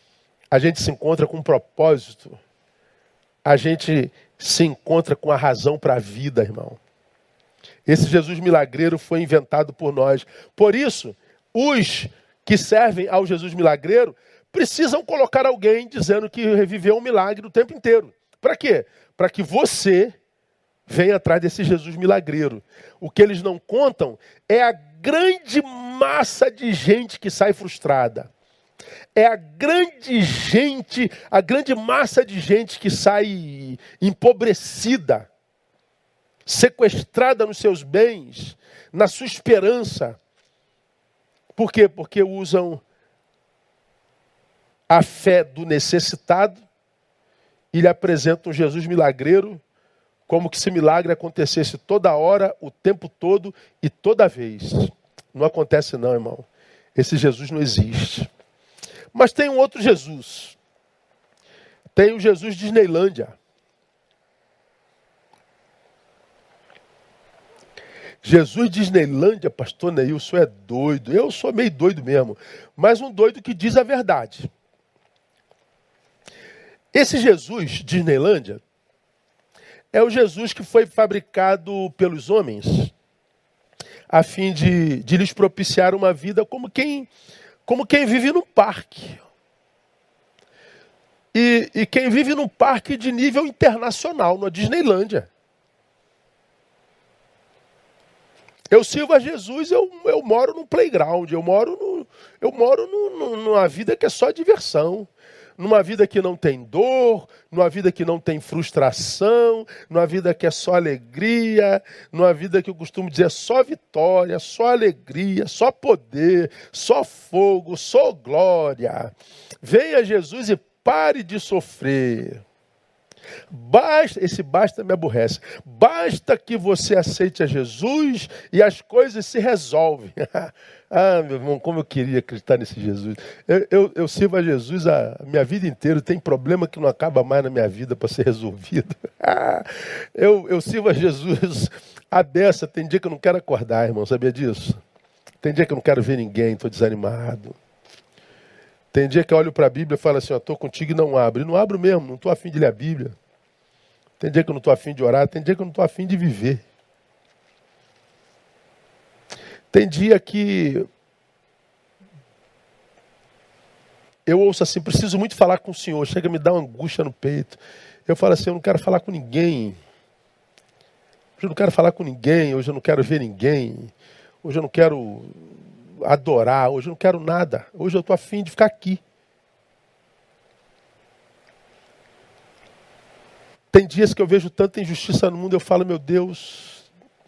a gente se encontra com um propósito, a gente se encontra com a razão para a vida, irmão. Esse Jesus milagreiro foi inventado por nós. Por isso, os que servem ao Jesus milagreiro precisam colocar alguém dizendo que reviveu um milagre o tempo inteiro. Para quê? Para que você venha atrás desse Jesus milagreiro. O que eles não contam é a grande massa de gente que sai frustrada. É a grande gente, a grande massa de gente que sai empobrecida, sequestrada nos seus bens, na sua esperança. Por quê? Porque usam a fé do necessitado e lhe apresentam Jesus milagreiro como que se milagre acontecesse toda hora, o tempo todo e toda vez. Não acontece não, irmão. Esse Jesus não existe. Mas tem um outro Jesus. Tem o Jesus Disneylândia. Jesus Disneylândia, pastor Neilson, é doido. Eu sou meio doido mesmo. Mas um doido que diz a verdade. Esse Jesus Disneylândia é o Jesus que foi fabricado pelos homens a fim de, de lhes propiciar uma vida como quem... como quem vive num parque. E, e quem vive num parque de nível internacional, na Disneylândia. Eu sirvo a Jesus, eu, eu moro num playground, eu moro, no, eu moro no, no, numa vida que é só diversão. Numa vida que não tem dor, numa vida que não tem frustração, numa vida que é só alegria, numa vida que eu costumo dizer só vitória, só alegria, só poder, só fogo, só glória. Venha Jesus e pare de sofrer. Basta, esse basta me aborrece. Basta que você aceite a Jesus e as coisas se resolvem. Ah, meu irmão, como eu queria acreditar nesse Jesus. Eu, eu, eu sirvo a Jesus a minha vida inteira. Tem problema que não acaba mais na minha vida para ser resolvido. eu, eu sirvo a Jesus a beça. Tem dia que eu não quero acordar, irmão. Sabia disso? Tem dia que eu não quero ver ninguém, estou desanimado. Tem dia que eu olho para a Bíblia e falo assim, estou contigo e não abro. E não abro mesmo, não estou afim de ler a Bíblia. Tem dia que eu não estou afim de orar, tem dia que eu não estou afim de viver. Tem dia que eu ouço assim, preciso muito falar com o Senhor, chega a me dar uma angústia no peito. Eu falo assim, eu não quero falar com ninguém. Hoje eu não quero falar com ninguém, hoje eu não quero ver ninguém. Hoje eu não quero adorar, hoje eu não quero nada. Hoje eu estou afim de ficar aqui. Tem dias que eu vejo tanta injustiça no mundo, eu falo, meu Deus,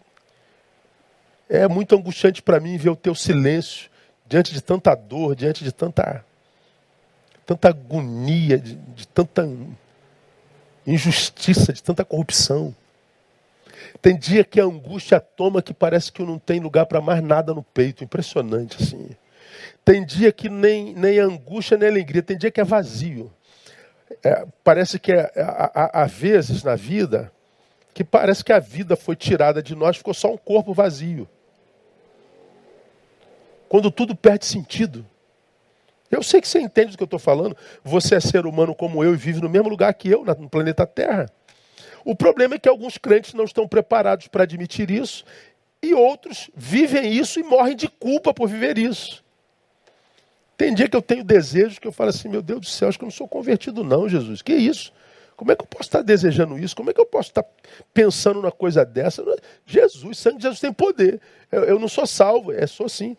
é muito angustiante para mim ver o teu silêncio diante de tanta dor, diante de tanta, tanta agonia, de, de tanta injustiça, de tanta corrupção. Tem dia que a angústia toma que parece que não tem lugar para mais nada no peito. Impressionante, assim. Tem dia que nem, nem angústia, nem alegria. Tem dia que é vazio. É, parece que é, há, há vezes na vida que parece que a vida foi tirada de nós, ficou só um corpo vazio. Quando tudo perde sentido. Eu sei que você entende do que eu estou falando. Você é ser humano como eu e vive no mesmo lugar que eu, no planeta Terra. O problema é que alguns crentes não estão preparados para admitir isso e outros vivem isso e morrem de culpa por viver isso. Tem dia que eu tenho desejos que eu falo assim, meu Deus do céu, acho que eu não sou convertido não, Jesus. Que isso? Como é que eu posso estar desejando isso? Como é que eu posso estar pensando numa coisa dessa? Jesus, sangue de Jesus tem poder. Eu, eu não sou salvo, é sou sim.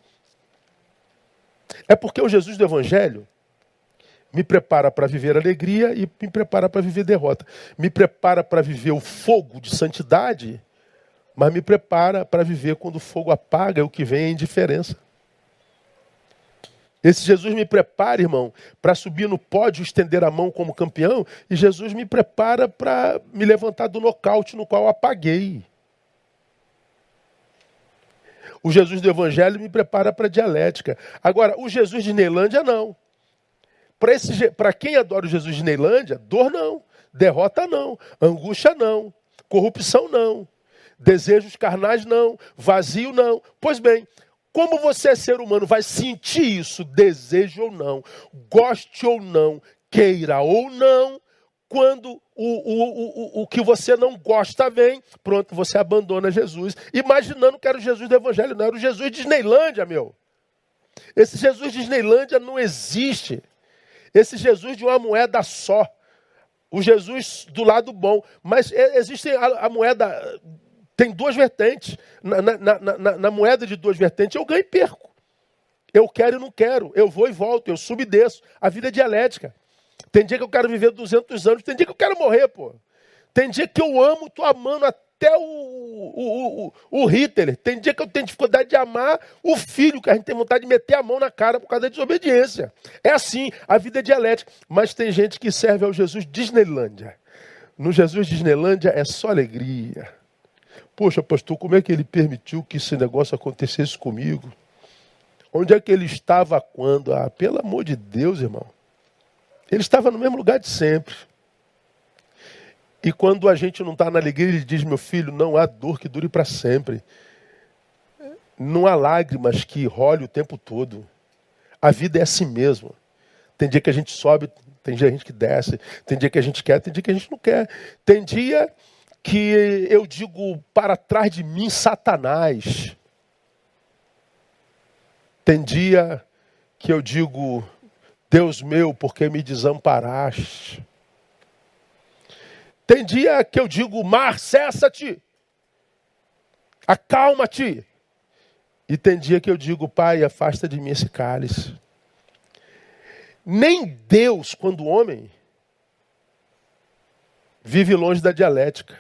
É porque o Jesus do Evangelho me prepara para viver alegria e me prepara para viver derrota. Me prepara para viver o fogo de santidade, mas me prepara para viver quando o fogo apaga e o que vem é indiferença. Esse Jesus me prepara, irmão, para subir no pódio, estender a mão como campeão, e Jesus me prepara para me levantar do nocaute no qual eu apaguei. O Jesus do Evangelho me prepara para a dialética. Agora, o Jesus de Neilândia, não. Para quem adora o Jesus de Neilândia, dor não, derrota não, angústia não, corrupção não, desejos carnais não, vazio não. Pois bem, como você é ser humano vai sentir isso, desejo ou não, goste ou não, queira ou não, quando o, o, o, o que você não gosta vem, pronto, você abandona Jesus, imaginando que era o Jesus do Evangelho, não era o Jesus de Disneylândia, meu. Esse Jesus de Disneylândia não existe. Esse Jesus de uma moeda só. O Jesus do lado bom. Mas existe a, a moeda, tem duas vertentes. Na, na, na, na, na moeda de duas vertentes eu ganho e perco. Eu quero e não quero. Eu vou e volto. Eu subo e desço. A vida é dialética. Tem dia que eu quero viver duzentos anos. Tem dia que eu quero morrer, pô. Tem dia que eu amo, tô amando até o, o, o, o Hitler. Tem dia que eu tenho dificuldade de amar o filho, que a gente tem vontade de meter a mão na cara por causa da desobediência. É assim, a vida é dialética. Mas tem gente que serve ao Jesus Disneylândia. No Jesus Disneylândia é só alegria. Poxa, pastor, como é que ele permitiu que esse negócio acontecesse comigo? Onde é que ele estava quando? Ah, pelo amor de Deus, irmão. Ele estava no mesmo lugar de sempre. E quando a gente não está na alegria, ele diz, meu filho, não há dor que dure para sempre. Não há lágrimas que rolem o tempo todo. A vida é assim mesmo. Tem dia que a gente sobe, tem dia que a gente desce. Tem dia que a gente quer, tem dia que a gente não quer. Tem dia que eu digo, para trás de mim, Satanás. Tem dia que eu digo, Deus meu, por que me desamparaste? Tem dia que eu digo, mar, cessa-te, acalma-te. E tem dia que eu digo, Pai, afasta de mim esse cálice. Nem Deus, quando homem, vive longe da dialética.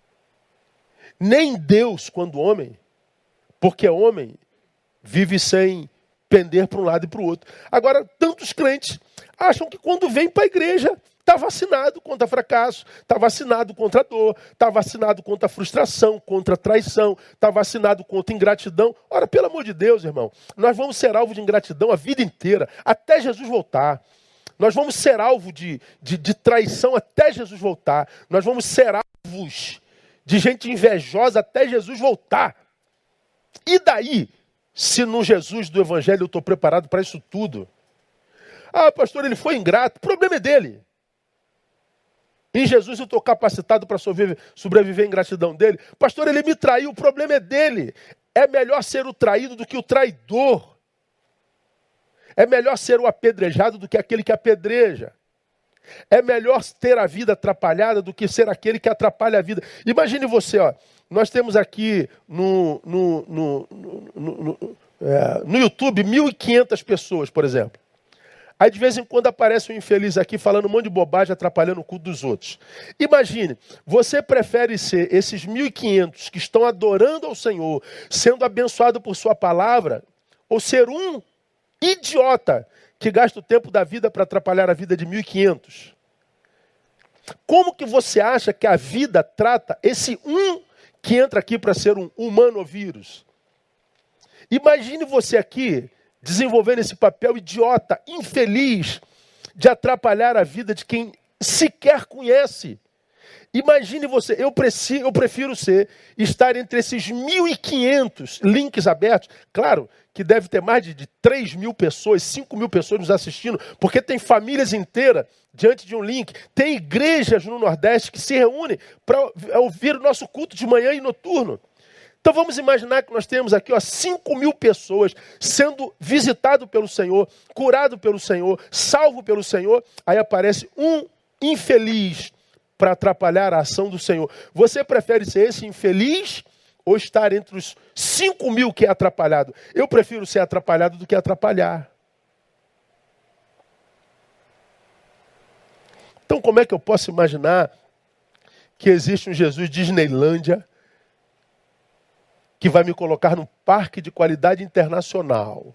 Nem Deus, quando homem, porque é homem, vive sem pender para um lado e para o outro. Agora, tantos crentes acham que quando vem para a igreja, está vacinado contra fracasso, está vacinado contra dor, está vacinado contra frustração, contra traição, está vacinado contra ingratidão. Ora, pelo amor de Deus, irmão, nós vamos ser alvo de ingratidão a vida inteira, até Jesus voltar. Nós vamos ser alvo de, de, de traição até Jesus voltar. Nós vamos ser alvos de gente invejosa até Jesus voltar. E daí, se no Jesus do Evangelho eu estou preparado para isso tudo? Ah, pastor, ele foi ingrato. O problema é dele. Em Jesus eu estou capacitado para sobreviver, sobreviver à ingratidão dele. Pastor, ele me traiu. O problema é dele. É melhor ser o traído do que o traidor. É melhor ser o apedrejado do que aquele que apedreja. É melhor ter a vida atrapalhada do que ser aquele que atrapalha a vida. Imagine você, ó, nós temos aqui no, no, no, no, no, no, é, no YouTube mil e quinhentas pessoas, por exemplo. Aí de vez em quando aparece um infeliz aqui falando um monte de bobagem, atrapalhando o culto dos outros. Imagine, você prefere ser esses mil e quinhentos que estão adorando ao Senhor, sendo abençoado por sua palavra, ou ser um idiota que gasta o tempo da vida para atrapalhar a vida de mil e quinhentos? Como que você acha que a vida trata esse um que entra aqui para ser um humano vírus? Imagine você aqui desenvolvendo esse papel idiota, infeliz, de atrapalhar a vida de quem sequer conhece. Imagine você, eu, preci, eu prefiro ser, estar entre esses mil e quinhentos links abertos. Claro que deve ter mais de, de três mil pessoas, cinco mil pessoas nos assistindo, porque tem famílias inteiras diante de um link. Tem igrejas no Nordeste que se reúnem para ouvir o nosso culto de manhã e noturno. Então vamos imaginar que nós temos aqui ó, cinco mil pessoas sendo visitado pelo Senhor, curado pelo Senhor, salvo pelo Senhor. Aí aparece um infeliz para atrapalhar a ação do Senhor. Você prefere ser esse infeliz ou estar entre os cinco mil que é atrapalhado? Eu prefiro ser atrapalhado do que atrapalhar. Então como é que eu posso imaginar que existe um Jesus Disneylândia que vai me colocar num parque de qualidade internacional?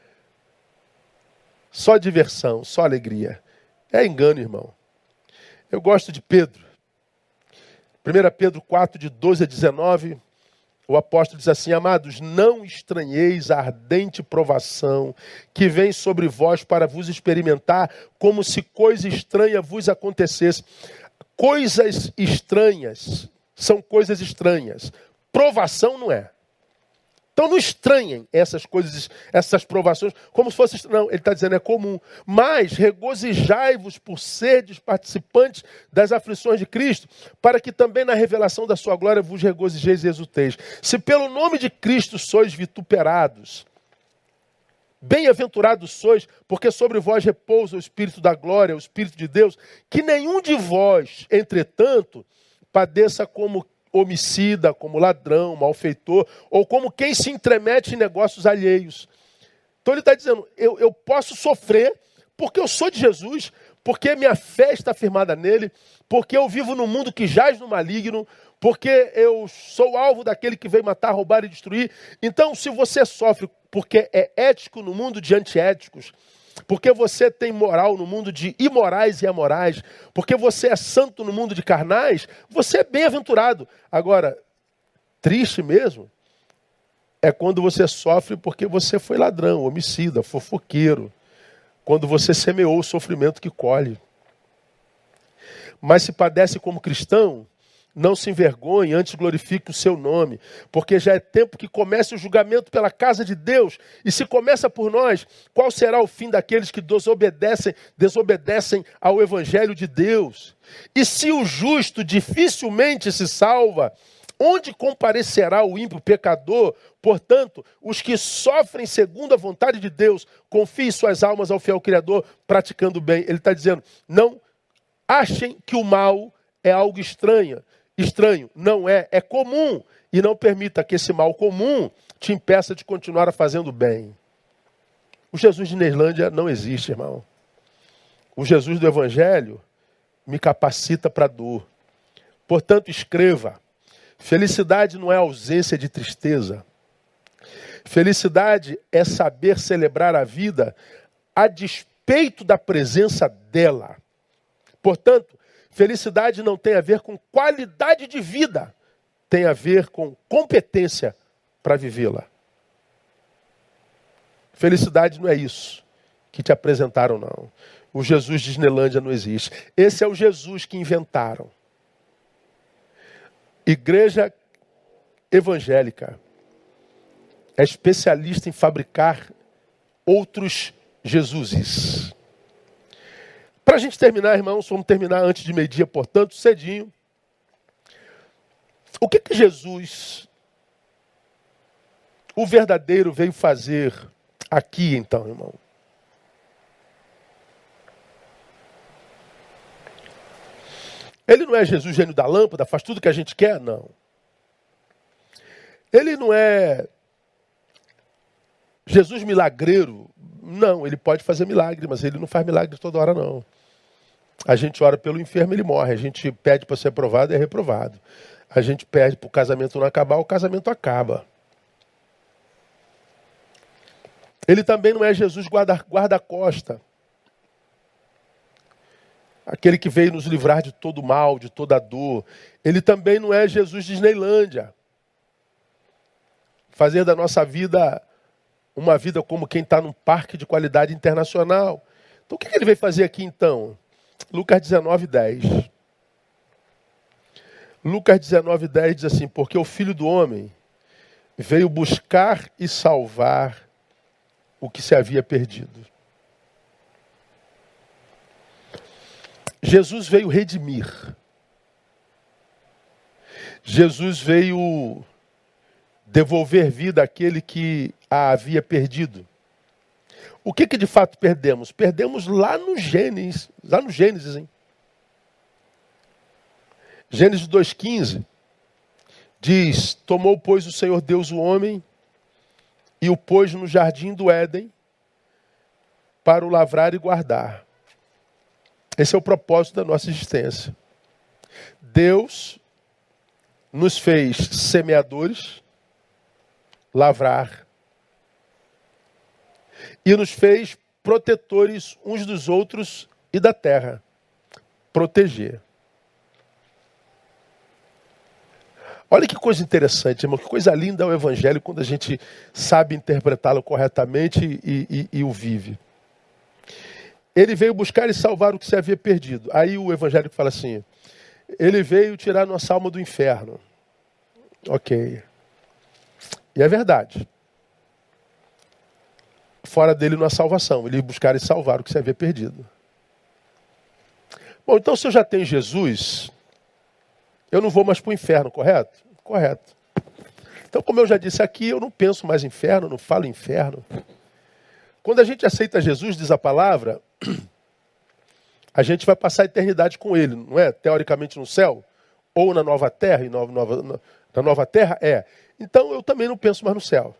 Só diversão, só alegria. É engano, irmão. Eu gosto de Pedro. primeira Pedro quatro, de doze a dezenove, o apóstolo diz assim: amados, não estranheis a ardente provação que vem sobre vós para vos experimentar, como se coisa estranha vos acontecesse. Coisas estranhas são coisas estranhas. Provação não é. Então não estranhem essas coisas, essas provações, como se fosse... Não, ele está dizendo é comum. Mas regozijai-vos por serdes participantes das aflições de Cristo, para que também na revelação da sua glória vos regozijeis e exulteis. Se pelo nome de Cristo sois vituperados, bem-aventurados sois, porque sobre vós repousa o Espírito da glória, o Espírito de Deus, que nenhum de vós, entretanto, padeça como homicida, como ladrão, malfeitor, ou como quem se intromete em negócios alheios. Então ele está dizendo, eu, eu posso sofrer porque eu sou de Jesus, porque minha fé está firmada nele, porque eu vivo num mundo que jaz no maligno, porque eu sou alvo daquele que veio matar, roubar e destruir. Então, se você sofre porque é ético no mundo de antiéticos, porque você tem moral no mundo de imorais e amorais, porque você é santo no mundo de carnais, você é bem-aventurado. Agora, triste mesmo é quando você sofre porque você foi ladrão, homicida, fofoqueiro, quando você semeou o sofrimento que colhe. Mas se padece como cristão, não se envergonhe, antes glorifique o seu nome, porque já é tempo que comece o julgamento pela casa de Deus. E se começa por nós, qual será o fim daqueles que desobedecem, desobedecem ao Evangelho de Deus? E se o justo dificilmente se salva, Onde comparecerá o ímpio pecador? Portanto, os que sofrem segundo a vontade de Deus, confiem suas almas ao fiel Criador, praticando o bem. Ele está dizendo, não achem que o mal é algo estranho. Estranho, não é, é comum. E não permita que esse mal comum te impeça de continuar fazendo bem. O Jesus de Neilândia não existe, irmão. O Jesus do Evangelho me capacita para a dor. Portanto, escreva. Felicidade não é ausência de tristeza. Felicidade é saber celebrar a vida a despeito da presença dela. Portanto, felicidade não tem a ver com qualidade de vida, tem a ver com competência para vivê-la. Felicidade não é isso que te apresentaram, não. O Jesus de Disneylândia não existe. Esse é o Jesus que inventaram. Igreja evangélica é especialista em fabricar outros Jesuses. Para a gente terminar, irmãos, vamos terminar antes de meio-dia, portanto, cedinho. O que que Jesus, o verdadeiro, veio fazer aqui, então, irmão? Ele não é Jesus gênio da lâmpada, faz tudo o que a gente quer? Não. Ele não é Jesus milagreiro? Não, ele pode fazer milagre, mas ele não faz milagre toda hora, não. A gente ora pelo enfermo, ele morre. A gente pede para ser aprovado, é reprovado. A gente pede para o casamento não acabar, o casamento acaba. Ele também não é Jesus guarda, guarda-costa. Aquele que veio nos livrar de todo mal, de toda dor. Ele também não é Jesus Disneylândia. Fazer da nossa vida uma vida como quem está num parque de qualidade internacional. Então o que ele veio fazer aqui então? Lucas dezenove, dez. Lucas dezenove, dez diz assim, porque o Filho do Homem veio buscar e salvar o que se havia perdido. Jesus veio redimir. Jesus veio devolver vida àquele que a havia perdido. O que que de fato perdemos? Perdemos lá no Gênesis, lá no Gênesis, hein? Gênesis dois, quinze diz, tomou, pois, o Senhor Deus o homem e o pôs no jardim do Éden para o lavrar e guardar. Esse é o propósito da nossa existência. Deus nos fez semeadores, lavrar, e nos fez protetores uns dos outros e da terra, proteger. Olha que coisa interessante, irmão, que coisa linda é o Evangelho quando a gente sabe interpretá-lo corretamente e, e, e o vive. Ele veio buscar e salvar o que se havia perdido. Aí o evangélico fala assim, ele veio tirar nossa alma do inferno. Ok. E é verdade. Fora dele não há salvação. Ele veio buscar e salvar o que se havia perdido. Bom, então se eu já tenho Jesus, eu não vou mais para o inferno, correto? Correto. Então, como eu já disse aqui, eu não penso mais em inferno, não falo inferno. Quando a gente aceita Jesus, diz a palavra, a gente vai passar a eternidade com ele, não é? Teoricamente no céu, ou na nova terra, e nova, nova, na nova terra é. Então eu também não penso mais no céu.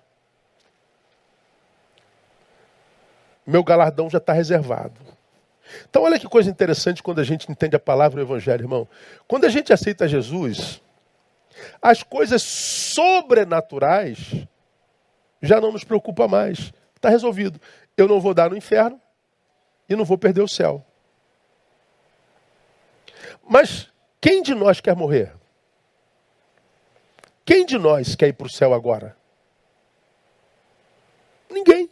Meu galardão já está reservado. Então olha que coisa interessante quando a gente entende a palavra do Evangelho, irmão. Quando a gente aceita Jesus, as coisas sobrenaturais já não nos preocupam mais. Está resolvido. Eu não vou dar no inferno e não vou perder o céu. Mas quem de nós quer morrer? Quem de nós quer ir para o céu agora? Ninguém.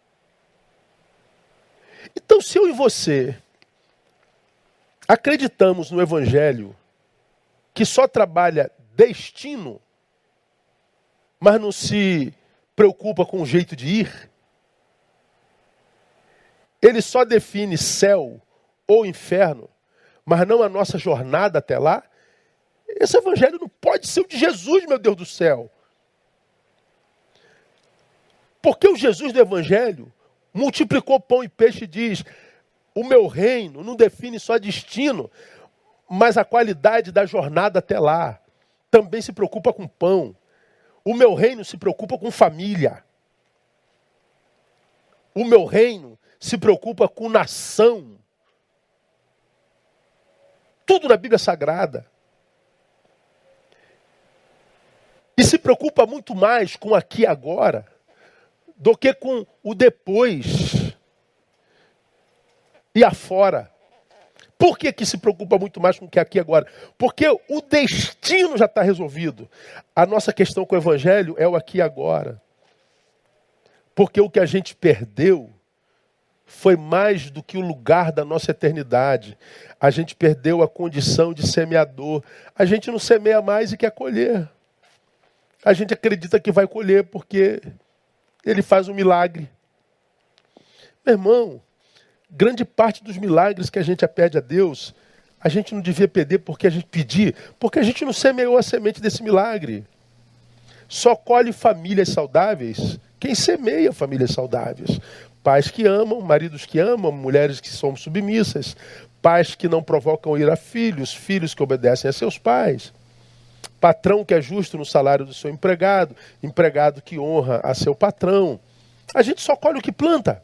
Então, se eu e você acreditamos no Evangelho que só trabalha destino, mas não se preocupa com o jeito de ir, ele só define céu ou inferno, mas não a nossa jornada até lá, Esse evangelho não pode ser o de Jesus, meu Deus do céu. Porque o Jesus do evangelho multiplicou pão e peixe e diz: o meu reino não define só destino, mas a qualidade da jornada até lá. Também se preocupa com pão. O meu reino se preocupa com família. O meu reino se preocupa com nação. Tudo na Bíblia Sagrada. E se preocupa muito mais com aqui e agora do que com o depois e afora. Por que que se preocupa muito mais com o que é aqui e agora? Porque o destino já está resolvido. A nossa questão com o evangelho é o aqui e agora. Porque o que a gente perdeu foi mais do que o lugar da nossa eternidade. A gente perdeu a condição de semeador. A gente não semeia mais e quer colher. A gente acredita que vai colher porque ele faz um milagre. Meu irmão, grande parte dos milagres que a gente pede a Deus, a gente não devia pedir porque a gente pedir, porque a gente não semeou a semente desse milagre. Só colhe famílias saudáveis quem semeia famílias saudáveis. Pais que amam, maridos que amam, mulheres que são submissas, pais que não provocam ira a filhos, filhos que obedecem a seus pais, patrão que é justo no salário do seu empregado, empregado que honra a seu patrão. A gente só colhe o que planta.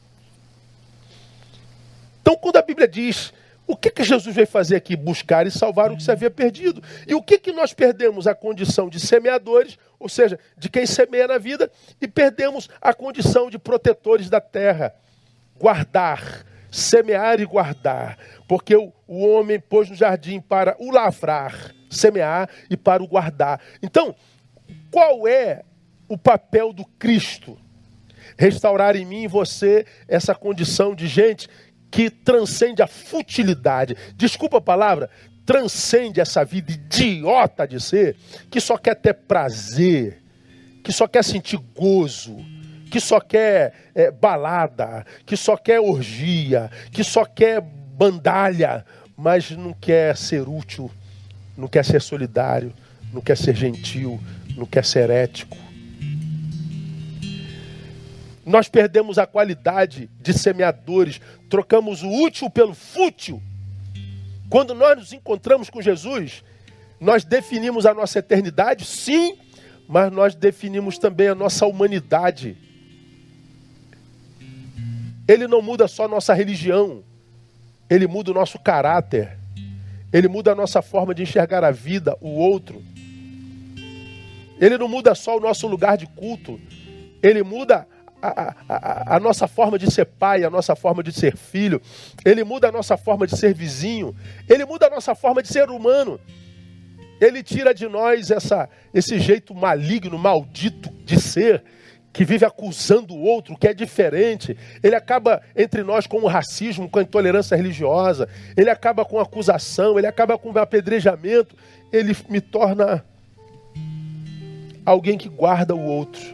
Então, quando a Bíblia diz, o que que Jesus veio fazer aqui? Buscar e salvar o que se havia perdido. E o que que nós perdemos? A condição de semeadores, ou seja, de quem semeia na vida, e perdemos a condição de protetores da terra. Guardar, semear e guardar. Porque o, o homem pôs no jardim para o lavrar, semear e para o guardar. Então, qual é o papel do Cristo? Restaurar em mim e você essa condição de gente que transcende a futilidade. Desculpa a palavra, transcende essa vida idiota de ser, que só quer ter prazer, que só quer sentir gozo, que só quer é, balada, que só quer orgia, que só quer bandalha, mas não quer ser útil, não quer ser solidário, não quer ser gentil, não quer ser ético. Nós perdemos a qualidade de semeadores, trocamos o útil pelo fútil. Quando nós nos encontramos com Jesus, nós definimos a nossa eternidade, sim, mas nós definimos também a nossa humanidade. Ele não muda só a nossa religião, ele muda o nosso caráter, ele muda a nossa forma de enxergar a vida, o outro. Ele não muda só o nosso lugar de culto, ele muda A, a, a nossa forma de ser pai, a nossa forma de ser filho. Ele muda a nossa forma de ser vizinho. Ele muda a nossa forma de ser humano. Ele tira de nós essa, esse jeito maligno, maldito de ser, que vive acusando o outro, que é diferente. Ele acaba entre nós com o racismo, com a intolerância religiosa. Ele acaba com a acusação, ele acaba com o apedrejamento. Ele me torna alguém que guarda o outro.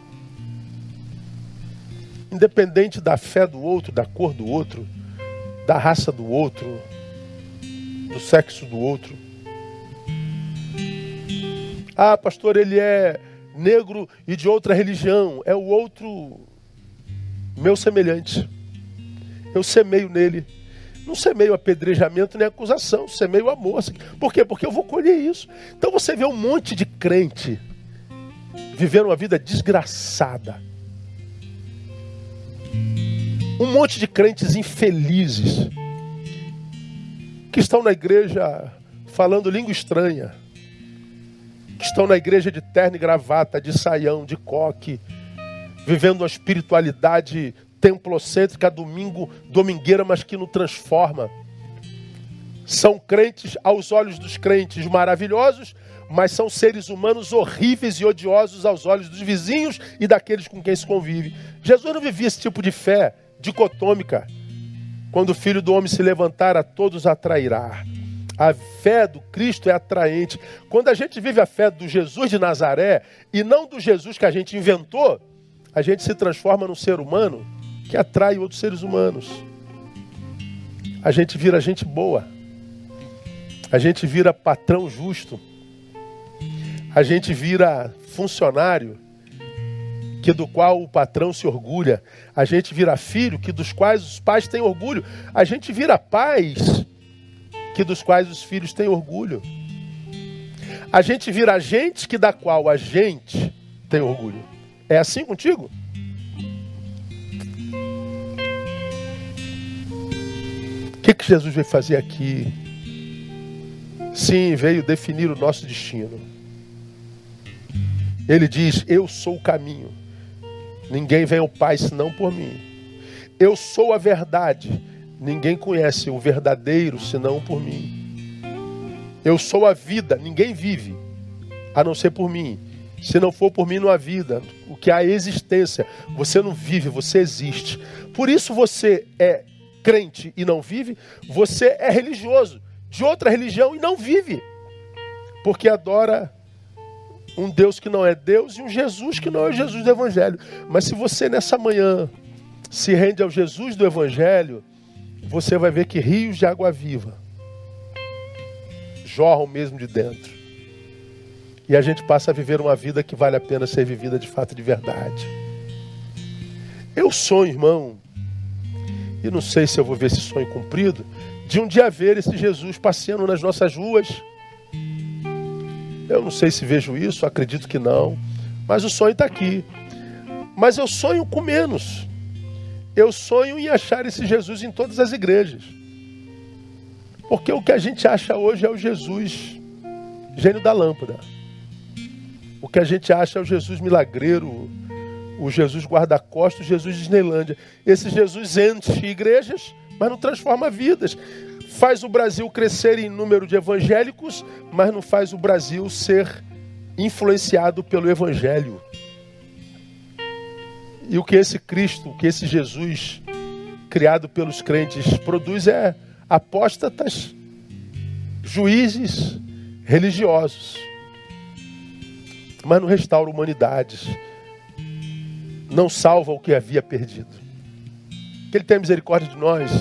Independente da fé do outro, da cor do outro, da raça do outro, do sexo do outro. Ah, pastor, ele é negro e de outra religião. É o outro meu semelhante. Eu semeio nele. Não semeio apedrejamento nem acusação, semeio amor. Por quê? Porque eu vou colher isso. Então você vê um monte de crente vivendo uma vida desgraçada. Um monte de crentes infelizes que estão na igreja falando língua estranha, que estão na igreja de terno e gravata, de saião, de coque, vivendo uma espiritualidade templocêntrica, domingo, domingueira, mas que não transforma. São crentes aos olhos dos crentes maravilhosos, mas são seres humanos horríveis e odiosos aos olhos dos vizinhos e daqueles com quem se convive. Jesus não vivia esse tipo de fé dicotômica. Quando o Filho do Homem se levantar, a todos atrairá. A fé do Cristo é atraente. Quando a gente vive a fé do Jesus de Nazaré e não do Jesus que a gente inventou, a gente se transforma num ser humano que atrai outros seres humanos. A gente vira gente boa. A gente vira patrão justo. A gente vira funcionário que do qual o patrão se orgulha. A gente vira filho que dos quais os pais têm orgulho. A gente vira pais que dos quais os filhos têm orgulho. A gente vira gente que da qual a gente tem orgulho. É assim contigo? O que, que Jesus veio fazer aqui? Sim, veio definir o nosso destino. Ele diz, eu sou o caminho. Ninguém vem ao Pai senão por mim. Eu sou a verdade. Ninguém conhece o verdadeiro senão por mim. Eu sou a vida. Ninguém vive a não ser por mim. Se não for por mim, não há vida. O que há é existência. Você não vive, você existe. Por isso você é crente e não vive. Você é religioso de outra religião e não vive. Porque adora um Deus que não é Deus e um Jesus que não é o Jesus do Evangelho. Mas se você nessa manhã se rende ao Jesus do Evangelho, você vai ver que rios de água viva jorram mesmo de dentro. E a gente passa a viver uma vida que vale a pena ser vivida de fato, de verdade. Eu sonho, irmão, e não sei se eu vou ver esse sonho cumprido, de um dia ver esse Jesus passeando nas nossas ruas. Eu não sei se vejo isso, acredito que não, mas o sonho está aqui. Mas eu sonho com menos. Eu sonho em achar esse Jesus em todas as igrejas. Porque o que a gente acha hoje é o Jesus gênio da lâmpada. O que a gente acha é o Jesus milagreiro, o Jesus guarda-costas, o Jesus Disneylândia. Esse Jesus enche igrejas, mas não transforma vidas. Faz o Brasil crescer em número de evangélicos, mas não faz o Brasil ser influenciado pelo Evangelho. E o que esse Cristo, o que esse Jesus criado pelos crentes produz é apóstatas, juízes religiosos. Mas não restaura humanidades. Não salva o que havia perdido. Que Ele tenha misericórdia de nós.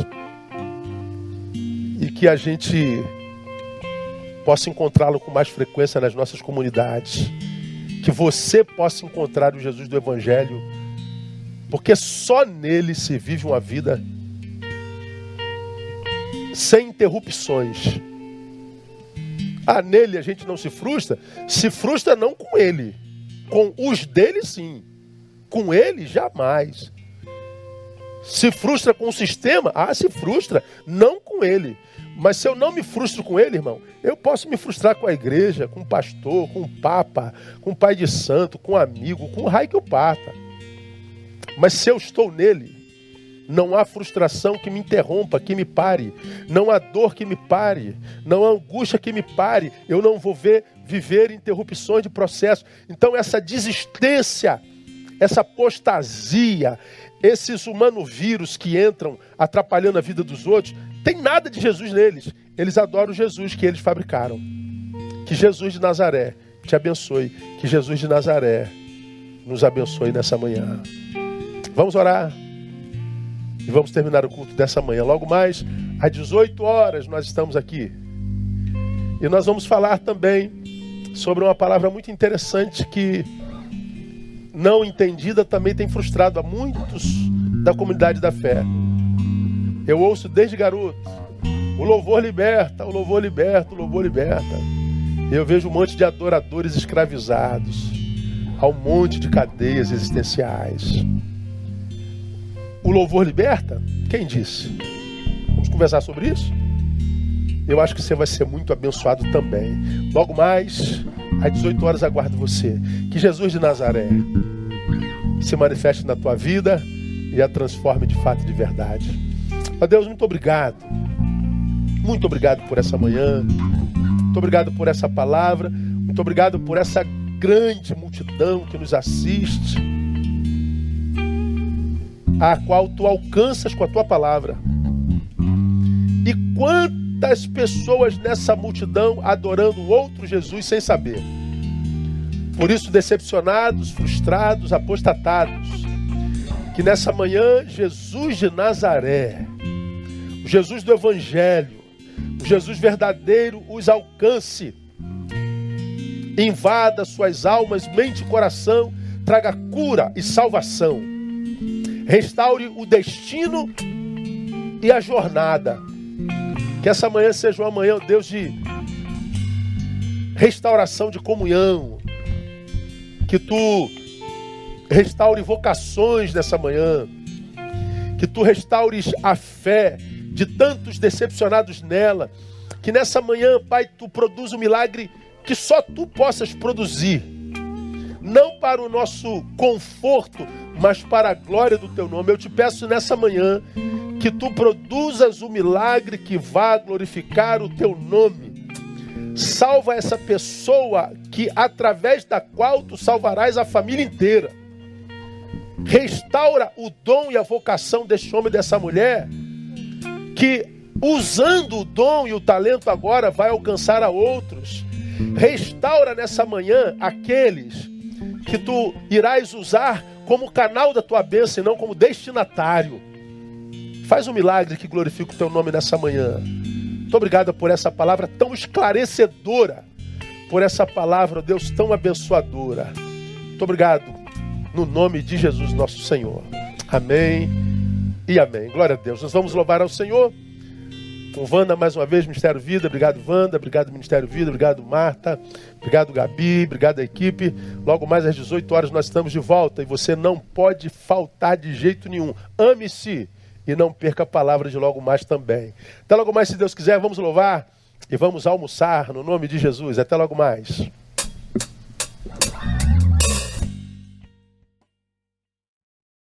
E que a gente possa encontrá-lo com mais frequência nas nossas comunidades. Que você possa encontrar o Jesus do Evangelho. Porque só nele se vive uma vida sem interrupções. Ah, nele a gente não se frustra? Se frustra não com ele. Com os dele, sim. Com ele, jamais. Se frustra com o sistema? Ah, se frustra. Não com ele. Mas se eu não me frustro com ele, irmão, eu posso me frustrar com a igreja, com o pastor, com o papa, com o pai de santo, com o amigo, com o raio que eu parta. Mas se eu estou nele, não há frustração que me interrompa, que me pare. Não há dor que me pare. Não há angústia que me pare. Eu não vou ver, viver interrupções de processo. Então essa desistência, essa apostasia, esses humanovírus que entram atrapalhando a vida dos outros, tem nada de Jesus neles. Eles adoram o Jesus que eles fabricaram. Que Jesus de Nazaré te abençoe. Que Jesus de Nazaré nos abençoe nessa manhã. Vamos orar. E vamos terminar o culto dessa manhã. Logo mais, às dezoito horas, nós estamos aqui. E nós vamos falar também sobre uma palavra muito interessante que, não entendida, também tem frustrado a muitos da comunidade da fé. Eu ouço desde garoto: o louvor liberta, o louvor liberta, o louvor liberta. E eu vejo um monte de adoradores escravizados a um monte de cadeias existenciais. O louvor liberta? Quem disse? Vamos conversar sobre isso? Eu acho que você vai ser muito abençoado também. Logo mais, às dezoito horas, aguardo você. Que Jesus de Nazaré se manifeste na tua vida e a transforme de fato e de verdade. Ó Deus, muito obrigado. Muito obrigado por essa manhã. Muito obrigado por essa palavra. Muito obrigado por essa grande multidão que nos assiste, a qual tu alcanças com a tua palavra. E quantas pessoas nessa multidão adorando outro Jesus sem saber. Por isso, decepcionados, frustrados, apostatados. Que nessa manhã, Jesus de Nazaré, o Jesus do Evangelho, o Jesus verdadeiro os alcance. Invada suas almas, mente e coração, traga cura e salvação. Restaure o destino e a jornada. Que essa manhã seja uma manhã, Deus, de restauração de comunhão. Que tu restaure vocações nessa manhã. Que tu restaures a fé de tantos decepcionados nela. Que nessa manhã, Pai, tu produza um milagre que só tu possas produzir. Não para o nosso conforto, mas para a glória do teu nome. Eu te peço nessa manhã que tu produzas o milagre que vá glorificar o teu nome. Salva essa pessoa que através da qual tu salvarás a família inteira. Restaura o dom e a vocação deste homem e dessa mulher, que usando o dom e o talento agora vai alcançar a outros. Restaura nessa manhã aqueles que tu irás usar como canal da tua bênção e não como destinatário. Faz um milagre que glorifique o teu nome nessa manhã. Muito obrigado por essa palavra tão esclarecedora, por essa palavra, Deus, tão abençoadora. Muito obrigado, no nome de Jesus nosso Senhor. Amém e amém. Glória a Deus. Nós vamos louvar ao Senhor. Com Wanda mais uma vez, Ministério Vida. Obrigado, Wanda. Obrigado, Ministério Vida. Obrigado, Marta. Obrigado, Gabi. Obrigado, a equipe. Logo mais às dezoito horas nós estamos de volta e você não pode faltar de jeito nenhum. Ame-se e não perca a palavra de logo mais também. Até logo mais, se Deus quiser. Vamos louvar e vamos almoçar no nome de Jesus. Até logo mais.